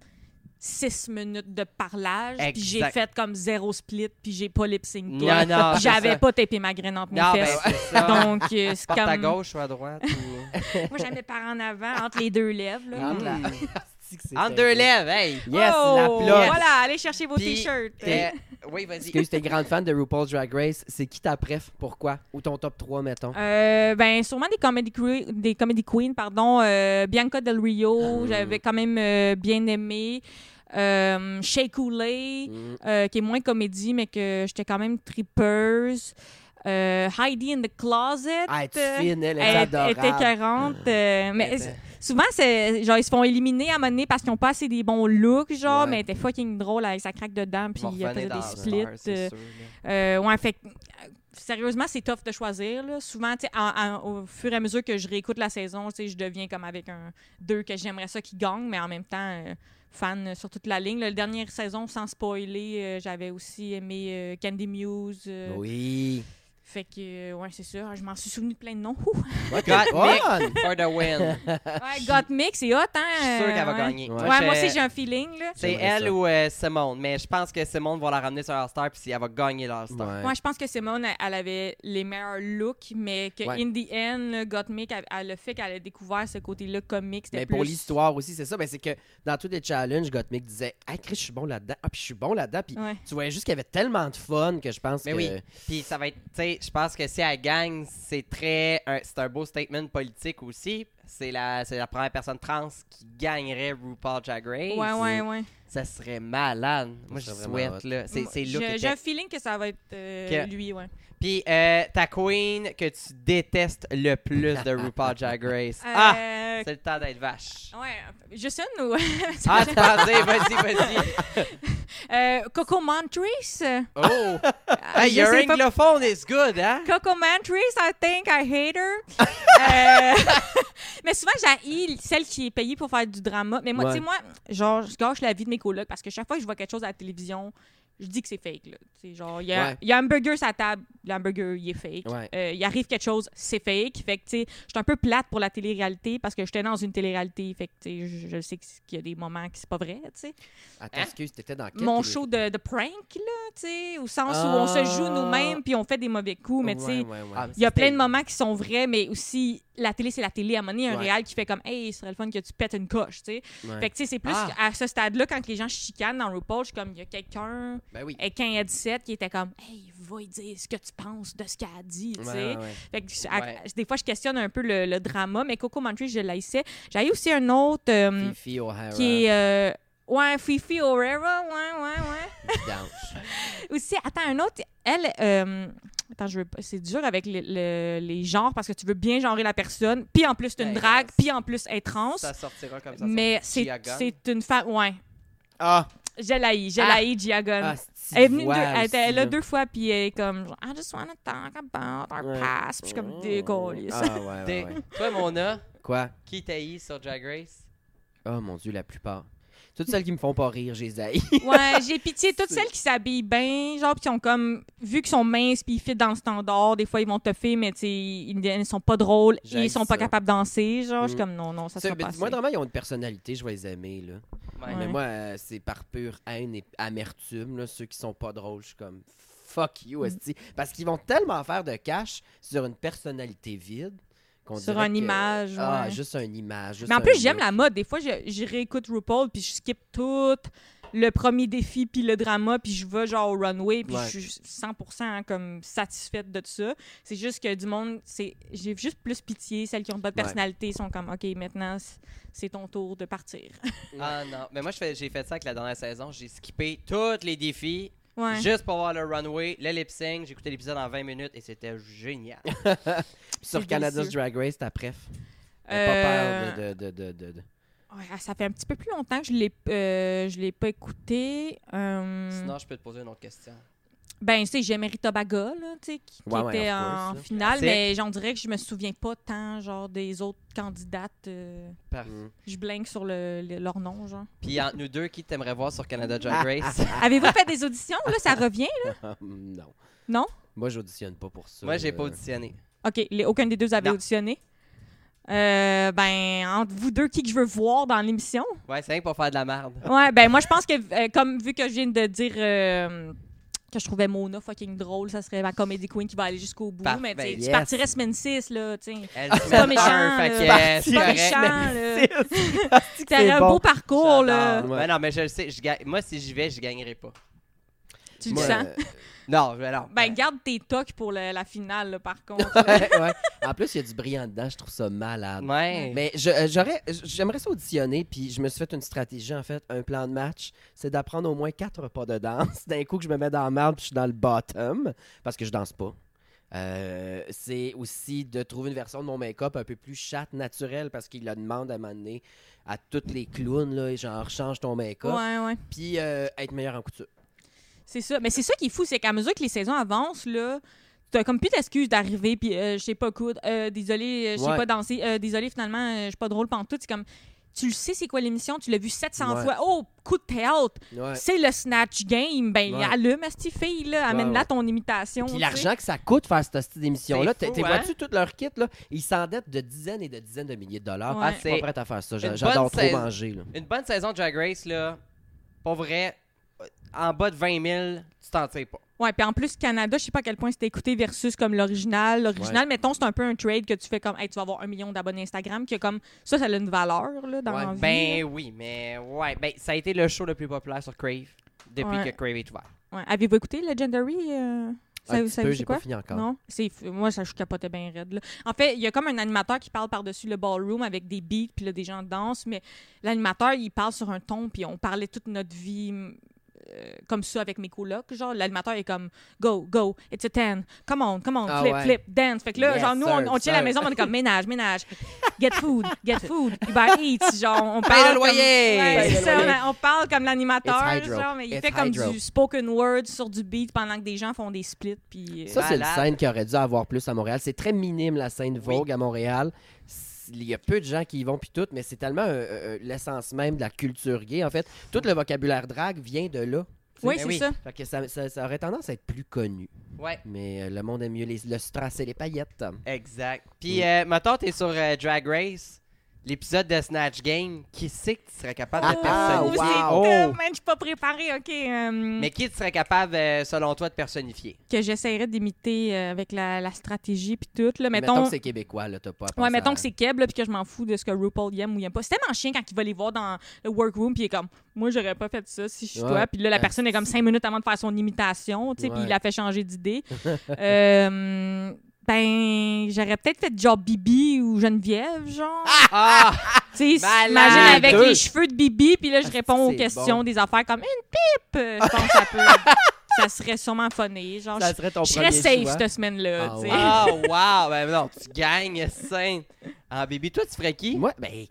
6 minutes de parlage. Puis j'ai Exact. fait comme 0 split, puis j'ai pas lip-sync. Non, non, c'est J'avais ça. pas tapé ma graine entre mes Non, ben, fesses. c'est ça. Donc, c'est Porte à comme... gauche ou à droite? ou- Moi, j'aime mes parents en avant, entre les deux lèvres. Là. Entre la- Mm. C'est que c'est Entre deux terrible. lèvres, hey! Yes, Oh, la plug. Voilà, allez chercher vos Puis, t-shirts. oui, vas-y. Excuse, t'es grande fan de RuPaul's Drag Race. C'est qui ta préf? Pourquoi? Ou ton top 3, mettons? Ben, sûrement des comedy queens, pardon. Bianca Del Rio, j'avais quand même bien aimé. Shea Coulee, qui est moins comédie, mais que j'étais quand même tripeuse. Heidi in the Closet. Ah, tu fine, elle est Elle adorable. était écœurante. Mais ben. souvent, genre, ils se font éliminer à un moment donné parce qu'ils n'ont pas assez des bons looks, genre, Ouais. mais elle était fucking drôle avec sa craque dedans, puis On va il faisait revenir des dans splits. Star, c'est sûr, là. Ouais, fait que, sérieusement, c'est tough de choisir. Là. Souvent, tu sais, au fur et à mesure que je réécoute la saison, tu sais, je deviens comme avec un 2 que j'aimerais ça qui gagne, mais en même temps, fan sur toute la ligne. Là, la dernière saison, sans spoiler, j'avais aussi aimé Candy Muse. Oui. Fait que, ouais, c'est ça. Je m'en suis souvenu de plein de noms. Ouais, t'es Got bonne. Mick for the win. Ouais, Gottmik, c'est hot, hein? Je suis sûr qu'elle va ouais. gagner. Ouais. Ouais, moi aussi, j'ai un feeling, là. C'est J'aimerais elle ça. ou Simone, mais je pense que Simone va la ramener sur All-Star puis elle va gagner l'All-Star. Ouais. Moi, je pense que Simone, elle avait les meilleurs looks, mais que Ouais. in the end, là, Gottmik, elle a fait qu'elle a découvert ce côté-là comique. C'était Mais plus... pour l'histoire aussi, c'est ça. Ben, c'est que dans tous les challenges, Gottmik disait « Hey, Chris, je suis bon là-dedans. Ah, puis je suis bon là-dedans. » Puis Ouais. tu voyais juste qu'il y avait tellement de fun que je pense Mais que... oui. Puis ça va être, tu sais, je pense que si elle gagne, c'est un beau statement politique aussi. C'est la première personne trans qui gagnerait RuPaul Drag Race. Ouais. Ça serait malade. Moi, je serait vraiment souhaite, là. C'est look J'ai était- un feeling que ça va être Que- lui, ouais. Puis ta queen que tu détestes le plus de RuPaul Drag Race. Ah! C'est le temps d'être vache. Ouais, Justin ou... Ah, attendez, vas-y. Coco Montrese. Oh! Je Hey, your sais pas- anglophone is good, hein? Coco Montrese, I think I hate her. Mais souvent, j'haïs celle qui est payée pour faire du drama. Mais moi, Ouais. tu sais, moi, genre, je gâche la vie de mes colocs parce que chaque fois que je vois quelque chose à la télévision, je dis que c'est fake, là. Tu sais, genre, il y a un hamburger sur la table, l'hamburger, il est fake. Ouais. Il arrive quelque chose, c'est fake. Fait que, tu sais, je suis un peu plate pour la télé-réalité parce que j'étais dans une télé-réalité. Fait que, tu sais, je sais qu'il y a des moments qui c'est pas vrai, tu sais. Attends, excuse, t'étais dans quel Mon télé- show de prank, là, tu sais, au sens où on se joue nous-mêmes puis on fait des mauvais coups, mais tu sais, Ouais. Ah, il y a plein de moments qui sont vrais, mais aussi, la télé, c'est la télé. À un moment donné, il y a un Ouais. réal qui fait comme, hey, ce serait le fun que tu pètes une coche, tu sais. Ouais. Fait que, tu sais, c'est plus Ah. à ce stade-là, quand les gens chicanent dans RuPaul, je suis comme, il y a quelqu'un Ben oui. avec un headset qui était comme, hey, va y dire ce que tu penses de ce qu'elle a dit, tu sais. Ouais. Fait que Ouais. des fois, je questionne un peu le drama, mais Coco Montrese, je l'haïssais. J'ai aussi un autre Fifi O'Hara. qui est. Ouais, Fifi O'Hara, ouais. Vidange. Aussi, attends, un autre, elle. Attends, c'est dur avec les genres parce que tu veux bien genrer la personne, puis en plus, c'est une Ben, drague, puis en plus, elle est trans. Ça sortira comme ça. Mais Gia Gunn. c'est une femme. Ouais. Ah! Je l'haïs, Gia Gunn. Ah, Elle est venue voix elle est là aussi, 2 fois, puis elle est comme, genre, I just wanna talk about our Ouais. past. Puis je suis comme, décolle. Ah, ouais. Toi, Mona, Quoi? qui t'haït sur Drag Race? Oh mon Dieu, la plupart. Toutes celles qui me font pas rire, j'ai les haïs. Ouais, j'ai pitié. Toutes celles qui s'habillent bien, genre, qui sont comme, vu qu'ils sont minces puis ils fit dans le standard, des fois ils vont toffer, mais tu sais, ils sont pas drôles et J'haïs ils sont pas ça. capables de danser. Genre, je suis Mm. comme, non, ça sera pas assez. Moi, vraiment, ils ont une personnalité, je vais les aimer, là. Ouais. Mais moi, c'est par pure haine et amertume, là. Ceux qui sont pas drôles, je suis comme fuck you, esti. Parce qu'ils vont tellement faire de cash sur une personnalité vide. qu'on Sur dirait une que- image, Ah, ouais. juste une image. juste Mais en un plus, j'aime look. la mode. Des fois, je réécoute RuPaul puis je skip tout le premier défi puis le drama puis je vais genre au runway puis Ouais. je suis 100% comme satisfaite de tout ça. C'est juste que du monde, j'ai juste plus pitié. Celles qui ont pas de Ouais. personnalité sont comme, OK, maintenant, c'est ton tour de partir. Ah non, mais moi j'ai fait ça avec la dernière saison. J'ai skippé tous les défis Ouais. juste pour voir le runway, le lip sync. J'ai écouté l'épisode en 20 minutes et c'était génial. Sur C'est Canada's délicieux. Drag Race, ta préf. T'as Euh, pas peur de... Ouais, ça fait un petit peu plus longtemps que je l'ai pas écouté. Sinon, je peux te poser une autre question. Ben, tu sais, j'aimais Rita Baga, là, tu sais, qui Ouais, ouais, était of en course, là. finale, Classique. mais j'en dirais que je me souviens pas tant, genre, des autres candidates. Parfait. Je blingue sur leur nom, genre. Puis entre nous deux, qui t'aimerais voir sur Canada Drag Race? Avez-vous fait des auditions, là? Ça revient? non. Non? Moi, j'auditionne pas pour ça. Moi, j'ai pas auditionné. OK, aucun des deux avez Non. auditionné? Ben, entre vous deux, qui que je veux voir dans l'émission? Ouais, c'est rien que pour faire de la merde. Ouais, ben moi, je pense que, comme vu que je viens de dire que je trouvais Mona fucking drôle, ça serait ma comedy queen qui va aller jusqu'au bout. Parfait. Mais tu sais, Yes. tu partirais semaine 6, là, tu sais. Elle, C'est pas méchant, fait là. que, Parti- c'est C'est pas correct. méchant, là. C'est T'aurais un bon. beau parcours, là. J'adore. Ben non, mais je le sais. Moi, si j'y vais, je gagnerai pas. Tu le Moi, sens? Non, mais non. Ben, garde tes tocs pour la finale, là, par contre. ouais. En plus, il y a du brillant dedans, je trouve ça malade. Ouais. Mais j'aimerais ça auditionner, puis je me suis fait une stratégie, en fait, un plan de match, c'est d'apprendre au moins 4 pas de danse. D'un coup que je me mets dans la merde, puis je suis dans le bottom, parce que je danse pas. C'est aussi de trouver une version de mon make-up un peu plus chatte, naturelle, parce qu'il le demande à m'amener à toutes les clowns, là, et genre, change ton make-up, Ouais. puis être meilleur en couture. C'est ça. Mais c'est ça qui est fou, c'est qu'à mesure que les saisons avancent, là, t'as comme plus d'excuses d'arriver, puis je sais pas coudre, désolé, je sais Ouais. pas danser, désolé, finalement, je suis pas drôle pantoute. C'est comme, tu le sais, c'est quoi l'émission, tu l'as vu 700 Ouais. fois. Oh, coup de théâtre, Ouais. c'est le Snatch Game. Ben, Ouais. allume à cette fille, là, amène-la ouais. ton imitation. Puis tu sais. l'argent que ça coûte faire cette petite émission-là, C'est fou, t'es hein? vois-tu tout leur kit, là? Ils s'endettent de dizaines et de dizaines de milliers de dollars. Ouais. Je suis pas prête à faire ça. Une J'adore bonne trop saison. manger, là. Une bonne saison de Drag Race, là, pour vrai, en bas de 20 000, tu t'en tires pas. Ouais, puis en plus, Canada, je sais pas à quel point c'était écouté versus comme l'original. L'original, mettons, c'est un peu un trade que tu fais comme, hey, tu vas avoir 1 million d'abonnés Instagram, que comme, ça a une valeur, là, dans Ouais. la vie. Ben là. oui, mais ouais, ben ça a été le show le plus populaire sur Crave depuis Ouais. que Crave est ouvert. Ouais. Avez-vous écouté Legendary? Un petit ça- peu, c'est j'ai quoi? pas fini encore. Non, moi ça je capotais bien raide là. En fait, il y a comme un animateur qui parle par-dessus le ballroom avec des beats puis là des gens dansent, mais l'animateur il parle sur un ton puis on parlait toute notre vie comme ça avec mes colocs, genre l'animateur est comme go it's a 10 come on Ah flip ouais. flip dance. Fait que là Yes, genre nous sir, on chill à la sir. maison, on est comme ménage get food Uber Eats, genre on Paye parle le loyer! comme, ouais, Paye c'est le ça, loyer. on parle comme l'animateur, It's hydro. genre mais il It's fait comme hydro. du spoken word sur du beat pendant que des gens font des splits puis Ça, c'est une Malade. scène qui aurait dû avoir plus à Montréal. C'est très minime, la scène Vogue à Montréal. il y a peu de gens qui y vont puis tout, mais c'est tellement l'essence même de la culture gay. En fait, tout le vocabulaire drague vient de là. Oui, Ben c'est oui. ça. Fait que ça aurait tendance à être plus connu. Ouais, Mais le monde aime mieux le strass et les paillettes. exact. Puis, mettons, t'es sur Drag Race, l'épisode de Snatch Game, qui c'est que tu serais capable de personnifier? wow. Man, je suis pas préparée, OK. Mais qui tu serais capable, selon toi, de personnifier? Que j'essaierais d'imiter avec la stratégie puis tout. Là. Mettons Mettons que c'est québécois, là, t'as pas à penser Ouais, mettons à- que c'est Keb, là, puis que je m'en fous de ce que RuPaul y aime ou y aime pas. C'est tellement chien quand il va les voir dans le workroom, puis il est comme, moi, j'aurais pas fait ça si je suis Ouais. toi. Puis là, la personne est comme 5 minutes avant de faire son imitation, tu sais, puis Ouais. il la fait changer d'idée. Ben, j'aurais peut-être fait genre Bibi ou Geneviève, genre. Ah! Tu sais, malade! imagine avec Deux. les cheveux de Bibi, puis là, je Ah, réponds aux c'est questions bon. des affaires comme une pipe. Je pense que ça peut. Ça serait sûrement funné. Genre, Ça serait ton je serais premier safe choix. cette semaine-là, Ah tu sais. ouais. Ah, wow! Ben non, tu gagnes, sain. Ah, baby, toi, tu ferais qui? Moi, ben.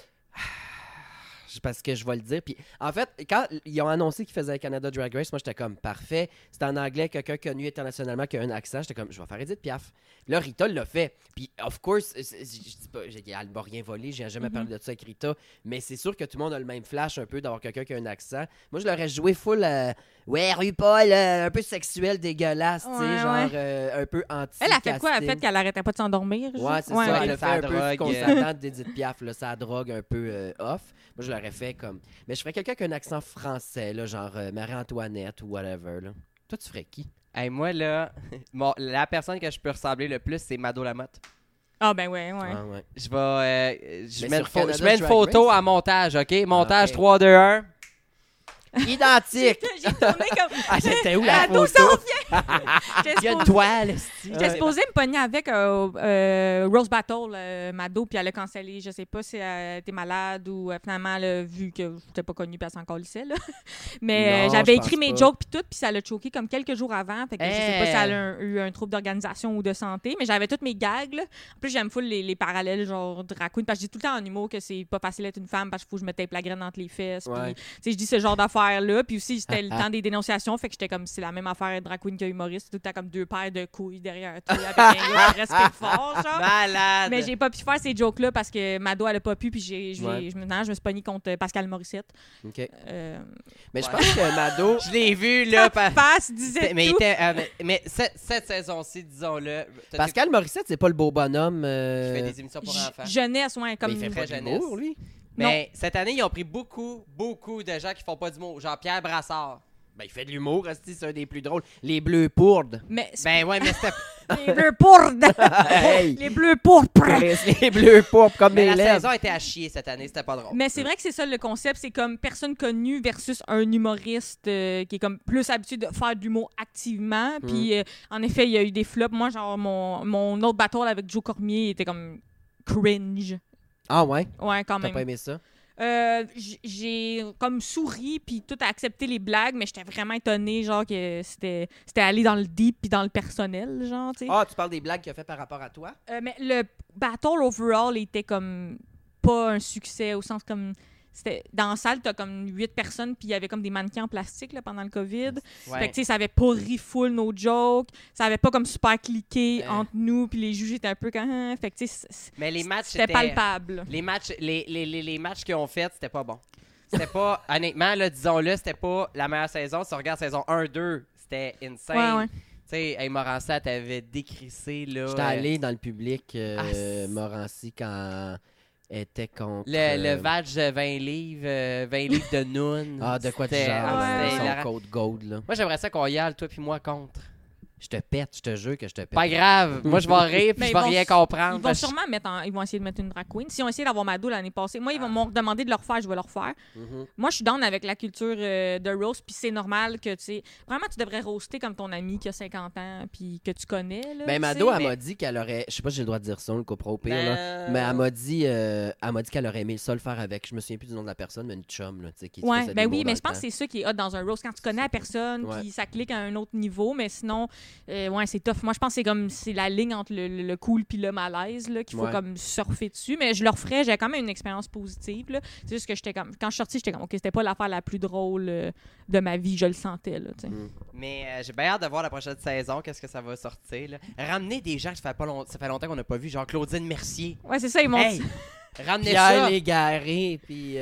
Parce que je vais le dire. Puis, en fait, quand ils ont annoncé qu'ils faisaient Canada Drag Race, moi, j'étais comme parfait. C'était en anglais, quelqu'un connu internationalement qui a un accent. J'étais comme, je vais faire Edith Piaf. Puis là, Rita l'a fait. Puis, of course, je dis pas, elle m'a rien volé. J'ai jamais parlé de ça avec Rita. Mais c'est sûr que tout le monde a le même flash un peu d'avoir quelqu'un qui a un accent. Moi, je l'aurais joué full. Ouais, RuPaul, un peu sexuel, dégueulasse, tu sais, Ouais, genre ouais. un peu anti. Elle a fait quoi? Elle a fait qu'elle arrêtait pas de s'endormir? genre? Ouais, c'est Ouais, ça. ok. Elle a fait Sa un peu ce qu'on drogue. s'attend d'Edith Piaf, là, sa drogue un peu off. Moi, je l'aurais fait comme... Mais je ferais quelqu'un qui a un accent français, là, genre Marie-Antoinette ou whatever. Là. Toi, tu ferais qui? Hey, moi, là, la personne que je peux ressembler le plus, c'est Mado Lamotte. Ah, ben ouais. Ah, ouais. Je vais. Je Mais mets, sur Canada je mets une Drag photo Race? à montage, OK? Montage ok. 3, 2, 1. Identique! J'ai tourné comme... Ah, c'était où la Ah, d'où photo? J'étais Il y a une supposée- toile, J'étais supposée me pogner avec Rose Battle, Mado, puis elle a cancellé. Je sais pas si elle était malade ou finalement, elle a vu que je n'étais pas connue, puis elle s'en calissait, là. Mais Non, j'avais je écrit pense mes pas. jokes, puis tout, puis ça l'a choqué comme quelques jours avant. Fait que je sais pas si Hey. elle a eu un trouble d'organisation ou de santé, mais j'avais toutes mes gags, là. En plus, j'aime full les parallèles, genre drag queen, parce que je dis tout le temps en humour que c'est pas facile d'être une femme, parce qu'il faut que je me tape la graine entre les fesses. Ouais. Puis, tu sais, je dis ce genre d'affaires-là. Puis aussi, c'était le temps des dénonciations. Fait que j'étais comme, c'est la même affaire drag queen que humoriste. Tout le temps comme deux paires de couilles derrière toi avec un gars qui respire fort, genre. Malade. Mais j'ai pas pu faire ces jokes-là parce que Mado, elle a pas pu. Puis Ouais. je me suis pognée contre Pascal Morissette. OK. Euh, Mais je Ouais. pense que Mado... Je l'ai vu, là. Face disait Mais, tout. mais cette saison-ci, disons-le. Pascal Morissette, c'est pas le beau bonhomme... Qui fait des émissions pour enfants. Jeunesse, ouais, Mais comme... il fait pas très d'humour, lui. Mais cette année, ils ont pris beaucoup de gens qui font pas d'humour. Genre Pierre Brassard. Ben, il fait de l'humour, asti, c'est un des plus drôles. Les Bleus Pourdes. Mais c'est Ben ouais, mais c'était. les bleus pourpres. Hey! Les bleus pourpres. Les Bleus Pourdes comme Mais des la lèvres. saison était à chier cette année, c'était pas drôle. Mais c'est vrai que c'est ça le concept, c'est comme personne connue versus un humoriste qui est comme plus habitué de faire de l'humour activement. Puis en effet, il y a eu des flops. Moi, genre mon autre battle avec Joe Cormier était comme cringe. Ah ouais? Ouais, quand T'as même. pas aimé ça? J'ai comme souri puis tout accepté les blagues, mais j'étais vraiment étonnée genre que c'était allé dans le deep puis dans le personnel, genre, tu sais. Ah, tu parles des blagues qu'il a fait par rapport à toi? Mais le battle overall était comme pas un succès au sens comme c'était dans la salle t'as comme 8 personnes puis il y avait comme des mannequins en plastique là, pendant le COVID. Ouais. Fait que tu sais ça avait pas ri full nos jokes, ça avait pas comme super cliqué Ouais. entre nous puis les juges étaient un peu quand fait que tu sais Mais les matchs c'était étaient. palpable. Les matchs, les matchs qu'ils ont fait, c'était pas bon. C'était pas. Honnêtement, là, disons-le, c'était pas la meilleure saison. Si on regarde saison 1-2, c'était insane. Ouais. Tu sais, hey, Morancy, t'avais décrissé, là. J'étais allé dans le public, c'est- Morancy, quand elle était contre... Le badge 20 livres de Noon. Ah, de quoi tu C'était- genre, ouais, c'était son hilarant. code gold, là. Moi, j'aimerais ça qu'on y aille, toi puis moi, contre. Je te pète, je te jure que je te pète. Pas grave. Moi, je vais rire puis Mais je ils vais vont- rien comprendre. Ils vont parce que sûrement ils vont essayer de mettre une drag queen. Si on essayé d'avoir Mado l'année passée, moi, ils vont m'ont demandé de le refaire, je vais le refaire. Mhm. Moi, je suis down avec la culture de roast, puis c'est normal que, tu sais... Vraiment, tu devrais roaster comme ton ami qui a 50 ans, puis que tu connais, là. Ben, tu Mado, sais. elle m'a dit qu'elle aurait... Je sais pas si j'ai le droit de dire ça, le copro au pire, là. Ben, Mais elle m'a dit qu'elle aurait aimé ça le faire avec. Je me souviens plus du nom de la personne, mais une chum, là, tu sais, qui Ouais, faisait de ben l'humour oui, dans mais le je pense temps. que c'est ça qui est hot dans un roast. Quand tu connais la personne, Ouais. puis ça clique à un autre niveau, mais sinon, ouais, c'est tough. Moi, je pense que c'est la ligne entre le cool puis le malaise là, qu'il faut comme surfer dessus. Mais je le referais. J'ai quand même une expérience positive. Là. C'est juste que j'étais comme... Quand je suis sortie, j'étais comme, OK, c'était pas l'affaire la plus drôle de ma vie. Je le sentais, là, tu sais. Mais j'ai bien hâte de voir la prochaine saison, qu'est-ce que ça va sortir. Là. Ramener des gens que ça fait longtemps qu'on n'a pas vu, genre Claudine Mercier. Ouais, c'est ça, ils m'ont dit. Ramenez Pierre ça. Légaré, puis...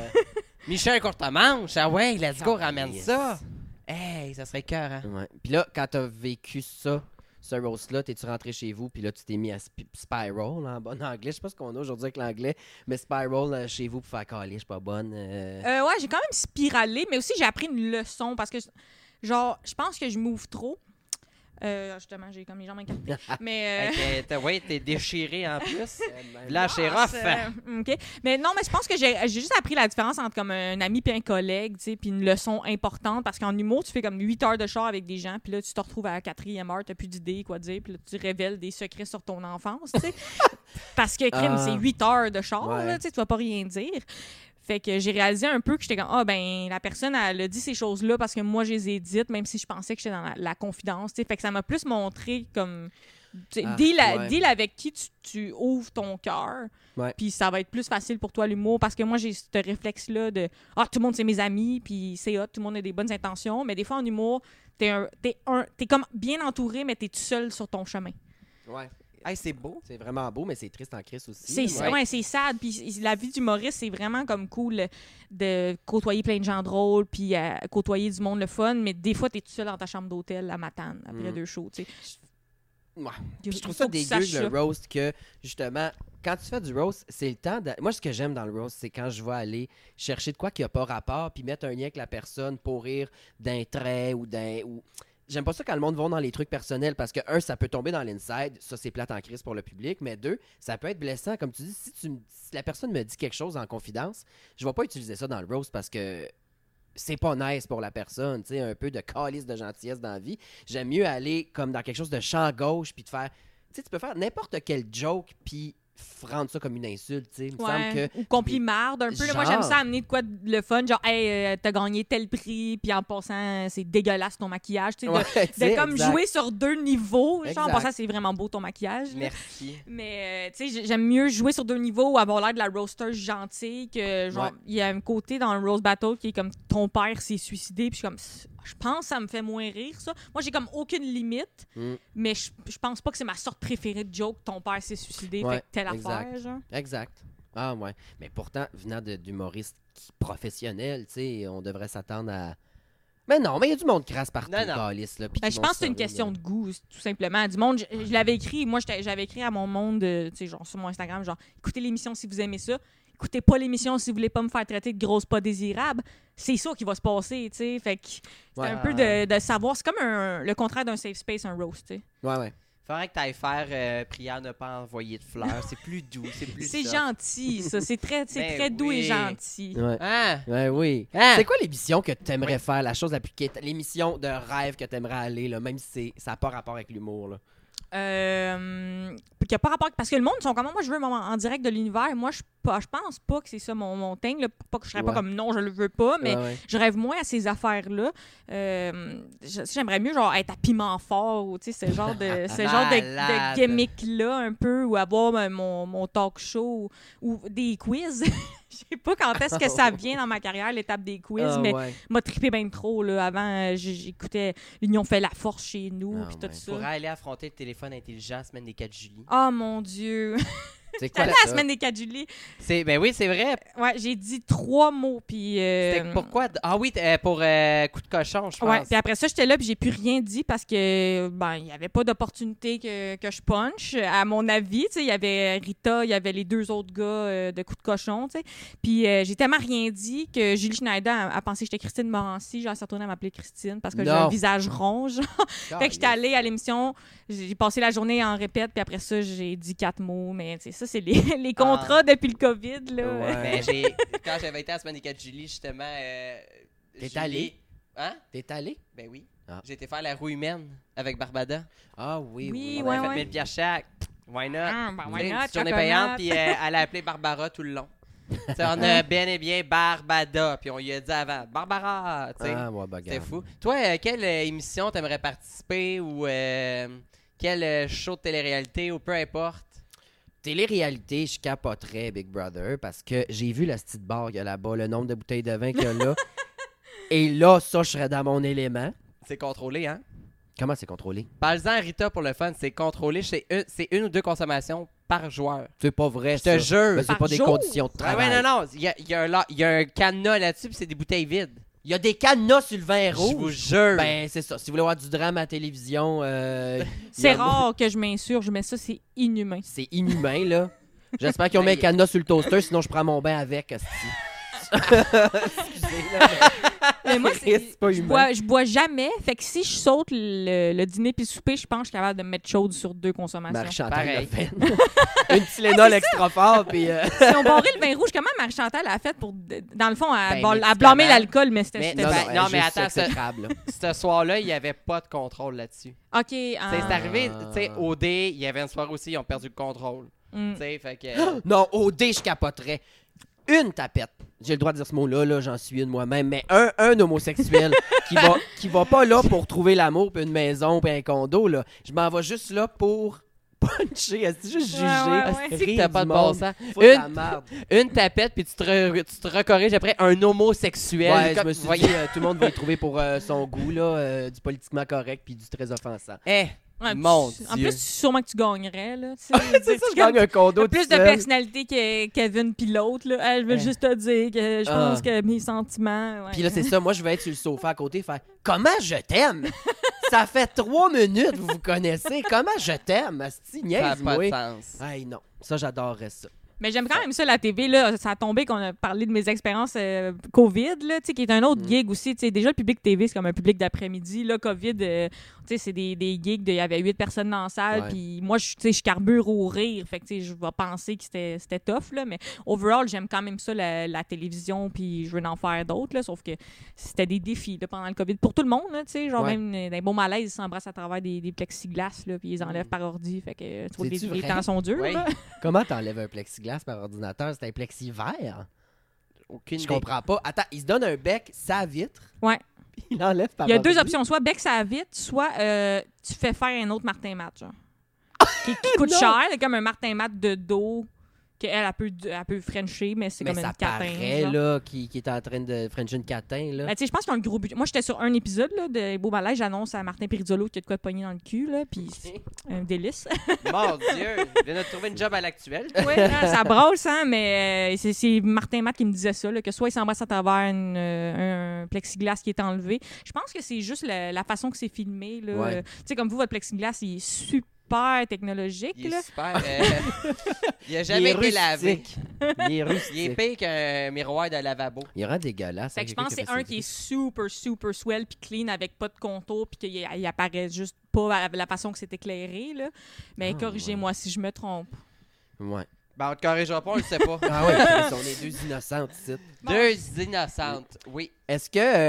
Michel Courtemanche, ah ouais, let's go, ramène Yes. ça. Hey, ça serait cœur, hein? Ouais. Puis là, quand t'as vécu ça, ce roast-là, t'es-tu rentré chez vous, puis là, tu t'es mis à spiral en bon anglais. Je sais pas ce qu'on a aujourd'hui avec l'anglais, mais spiral chez vous pour faire caler, je suis pas bonne. Ouais, j'ai quand même spiralé, mais aussi j'ai appris une leçon parce que, genre, je pense que je m'ouvre trop. Justement, j'ai comme les jambes incartées. Mais. Ouais, t'es déchiré en plus. Là, Lâchez rough. OK. Mais non, mais je pense que j'ai juste appris la différence entre comme un ami puis un collègue, tu sais, puis une leçon importante parce qu'en humour, tu fais comme 8 heures de char avec des gens, puis là, tu te retrouves à la 4e heure, t'as plus d'idées, quoi dire, puis là, tu révèles des secrets sur ton enfance, tu sais. Parce que, crime, c'est 8 heures de char, là, tu sais, tu vas pas rien dire. Fait que j'ai réalisé un peu que j'étais comme, la personne, elle a dit ces choses-là parce que moi, je les ai dites, même si je pensais que j'étais dans la confidence, tu sais. Fait que ça m'a plus montré comme, deal avec qui tu ouvres ton cœur. Puis ça va être plus facile pour toi, l'humour, parce que moi, j'ai ce réflexe-là de, tout le monde, c'est mes amis, puis c'est hot, tout le monde a des bonnes intentions. Mais des fois, en humour, t'es comme bien entouré, mais t'es tout seul sur ton chemin. Ouais. Hey, c'est beau. C'est vraiment beau, mais c'est triste en crise aussi. C'est sad. Puis la vie d'humoriste, c'est vraiment comme cool de côtoyer plein de gens drôles, puis côtoyer du monde le fun, mais des fois, t'es tout seul dans ta chambre d'hôtel à Matane, après 2 shows, tu sais. Ouais. Je trouve ça dégueu, le roast, que justement, quand tu fais du roast, c'est le temps de... Moi, ce que j'aime dans le roast, c'est quand je vais aller chercher de quoi qui n'a pas rapport, puis mettre un lien avec la personne pour rire d'un trait ou d'un... J'aime pas ça quand le monde va dans les trucs personnels parce que, ça peut tomber dans l'inside, ça c'est plate en crise pour le public, mais 2, ça peut être blessant. Comme tu dis, si la personne me dit quelque chose en confidence, je vais pas utiliser ça dans le roast parce que c'est pas nice pour la personne, tu sais, un peu de calice de gentillesse dans la vie. J'aime mieux aller comme dans quelque chose de champ gauche puis te faire... Tu sais, tu peux faire n'importe quel joke puis rendre ça comme une insulte, tu sais. Il me semble que... Ou complimarde un peu. Là, moi, j'aime ça amener de quoi de le fun. Genre, hey, t'as gagné tel prix, puis en passant, c'est dégueulasse ton maquillage. Tu sais, de comme jouer sur 2 niveaux. Genre, en passant, c'est vraiment beau ton maquillage. Merci. Mais, tu sais, j'aime mieux jouer sur 2 niveaux ou avoir l'air de la roaster gentille que, genre, il y a un côté dans le roast battle qui est comme ton père s'est suicidé, puis je suis comme... Je pense que ça me fait moins rire, ça. Moi, j'ai comme aucune limite, mais je pense pas que c'est ma sorte préférée de joke. Ton père s'est suicidé, fait que telle affaire, genre. Exact. Ah, ouais. Mais pourtant, venant d'humoristes professionnels, tu sais, on devrait s'attendre à... Mais non, mais il y a du monde crasse partout, calice, là. Je pense que c'est une question de goût, tout simplement. Du monde, je l'avais écrit, moi, j'avais écrit à mon monde, tu sais, genre, sur mon Instagram, genre, écoutez l'émission si vous aimez ça. Écoutez pas l'émission si vous voulez pas me faire traiter de grosse pas désirable. C'est ça qui va se passer, tu sais. Fait que c'est un peu de savoir. C'est comme le contraire d'un safe space, un roast, tu sais. Ouais. Faudrait que tu ailles faire prière ne pas envoyer de fleurs. C'est plus doux, c'est plus C'est soft. gentil, ça. C'est très doux et gentil. Ouais. Hein? Ouais, oui. Hein? C'est quoi l'émission que tu aimerais faire, la chose la plus... L'émission de rêve que tu aimerais aller, là, même si ça n'a pas rapport avec l'humour, là? Qui a pas rapport parce que le monde sont comme moi je veux en direct de l'univers. Moi je pense pas que c'est ça mon thing là. Pas que je serais pas comme non je le veux pas, mais je rêve moins à ces affaires là. J'aimerais mieux genre être à piment fort ou tu sais ce genre de gimmick là un peu, ou avoir mon talk show ou des quiz. Je sais pas quand est-ce que ça vient dans ma carrière, l'étape des quiz, mais m'a trippé bien trop. Là. Avant, j'écoutais L'Union fait la force chez nous, puis tout ça. Pour aller affronter le téléphone intelligent la semaine des 4 juillet. Oh mon Dieu! C'est quoi la semaine des 4 juillet. Ben oui, c'est vrai. Ouais, j'ai dit 3 mots, puis... Pourquoi? Ah oui, pour coup de cochon, je pense. Ouais, puis après ça, j'étais là, puis j'ai plus rien dit parce que, il n'y avait pas d'opportunité que je punch, à mon avis. Tu sais, il y avait Rita, il y avait les 2 autres gars de coup de cochon, tu sais. Puis j'ai tellement rien dit que Julie Schneider a pensé que j'étais Christine Morancy. Genre, elle s'est retournée à m'appeler Christine parce que j'ai un visage rond, genre. Fait que j'étais allée à l'émission, j'ai passé la journée en répète, puis après ça, j'ai dit 4 mots, mais tu sais, ça, c'est les contrats depuis le COVID, là. Ouais. Quand j'avais été à la semaine des 4 juillet, justement... T'es allé? Hein? T'es allé? Ben oui. J'ai été faire la roue humaine avec Barbada. Ah oui. On a fait 1000 piastres chaque. Why not? Why not? Une journée payante, puis elle a appelé Barbara tout le long. T'sais, on a bien et bien Barbada, puis on lui a dit avant Barbara. T'sais. Ah, ouais, bah, C'était regarde. fou. Toi, quelle émission t'aimerais participer ou quel show de télé-réalité ou peu importe? Télé-réalité, je capoterais Big Brother parce que j'ai vu la petite barre qu'il y a là-bas, le nombre de bouteilles de vin qu'il y a là. Et là, ça, je serais dans mon élément. C'est contrôlé, hein? Comment c'est contrôlé? Parle-en à Rita pour le fun, c'est contrôlé. C'est une ou deux consommations par joueur. C'est pas vrai, Je te jure. Mais c'est Par pas des jour? conditions de Ouais, travail. ouais, non. Il y a un cadenas là-dessus, puis c'est des bouteilles vides. Il y a des cadenas sur le vin Je vous rouge. jure. Ben, c'est ça. Si vous voulez voir du drame à la télévision, C'est il y a- rare que je m'insurge, mais ça, c'est inhumain. c'est inhumain, là. J'espère qu'ils ont mis un cadenas sur le toaster, sinon je prends mon bain avec. asti. Excusez, là, Mais moi, c'est pas humain. je bois jamais. Fait que si je saute le dîner puis le souper, je pense que je suis capable de me mettre chaude sur 2 consommations. Marie-Chantal l'a Pareil. fait. Une Tylenol extra fort, puis... Si on barrait le vin rouge, comment Marie-Chantal a fait pour, dans le fond, Ben, elle blâmait médicament. l'alcool, mais c'était... Mais c'était- non, non, ben, non, mais juste attends, ça- exécrable, là. Ce soir-là, il n'y avait pas de contrôle là-dessus. OK. C'est ah, arrivé, tu sais, au dé, il y avait une soirée aussi, ils ont perdu le contrôle. mm. Tu sais, fait que. Non, au dé, je capoterais. Une tapette. J'ai le droit de dire ce mot-là, là, j'en suis une moi-même, mais un homosexuel qui va pas là pour trouver l'amour, puis une maison, puis un condo, là. Je m'en vais juste là pour puncher, est-ce juste juger, ouais. Est-ce que rire t'as du pas de bon monde, sens? foutre la merde. Une tapette, puis tu te recorriges après un homosexuel. Ouais, je Comme- me suis voyez- dit, tout le monde va y trouver pour son goût, là, du politiquement correct, puis du très offensant. Eh, Ouais, mon puis, En Dieu. plus, sûrement que tu gagnerais, là. tu sais. C'est ça, je gagne un condo Plus tout de seul. personnalité que Kevin puis l'autre, là. Elle veut juste te dire que je pense Ah. que mes sentiments... ouais. Puis là, c'est ça, moi, je vais être sur le sofa à côté, faire « Comment je t'aime? » Ça fait 3 minutes, vous connaissez. Comment je t'aime? Asti, Ça n'a pas de niaise-moi. sens. Hey, non. Ça, j'adorerais ça. Mais j'aime quand même ça, la TV. Là, ça a tombé qu'on a parlé de mes expériences COVID, là, tu sais, qui est un autre gig aussi. Tu sais, déjà, le public TV, c'est comme un public d'après-midi. Là, COVID, tu sais, c'est des gigs. Il y avait 8 personnes dans la salle. Ouais. Puis moi, tu sais, je carbure au rire. Fait que, tu sais, je vais penser que c'était tough. Là, mais overall, j'aime quand même ça, la télévision. Puis je veux en faire d'autres. Là, sauf que c'était des défis là, pendant le COVID. Pour tout le monde, là, tu sais, genre Ouais. même dans les bons malaises, ils s'embrassent à travers des plexiglas. Là, puis ils les enlèvent par ordi. Fait que tu vois que C'est-tu les vrai? temps sont durs. Oui. Là. Comment t'enlèves un plexiglas par ordinateur? C'est un plexi vert? Aucune Je idée. comprends pas. Attends, il se donne un bec, sa vitre, Ouais. puis il l'enlève par Il y a 2 ordi. options. Soit bec ça vite, soit tu fais faire un autre Martin Matt, genre. Qui coûte Non. cher, c'est comme un Martin Matt de dos, qu'elle elle peut frencher, mais c'est Mais comme ça une catin. paraît, genre. là, qui est en train de frencher une catin, là. Ben, tu sais, je pense qu'ils ont le gros budget. Moi, j'étais sur un épisode là, de Beau Malaise. J'annonce à Martin Perizzolo qu'il y a de quoi de pogner dans le cul, là, puis c'est un délice. Mon Dieu, je viens de trouver une job à l'actuel. Oui, ça brasse, hein, mais c'est Martin Matt qui me disait ça, là, que soit il s'embrasse à travers un plexiglas qui est enlevé. Je pense que c'est juste la façon que c'est filmé. Là. Ouais. Tu sais, comme vous, votre plexiglas, il est super technologique. Il Là. est super. Il a jamais été lavé. Il est rustique. Il est pire qu'un miroir de lavabo. Il rend dégueulasse. Fait que je pense que c'est un qui est super, super swell puis clean avec pas de contour puis qu'il apparaît juste pas à la façon que c'est éclairé. Là. Mais Ah, corrigez-moi si je me trompe. Ouais. Ben, on te corrigera pas, on le sait pas. Ah ouais, Chris, on est 2 innocentes ici. Deux innocentes, oui. Est-ce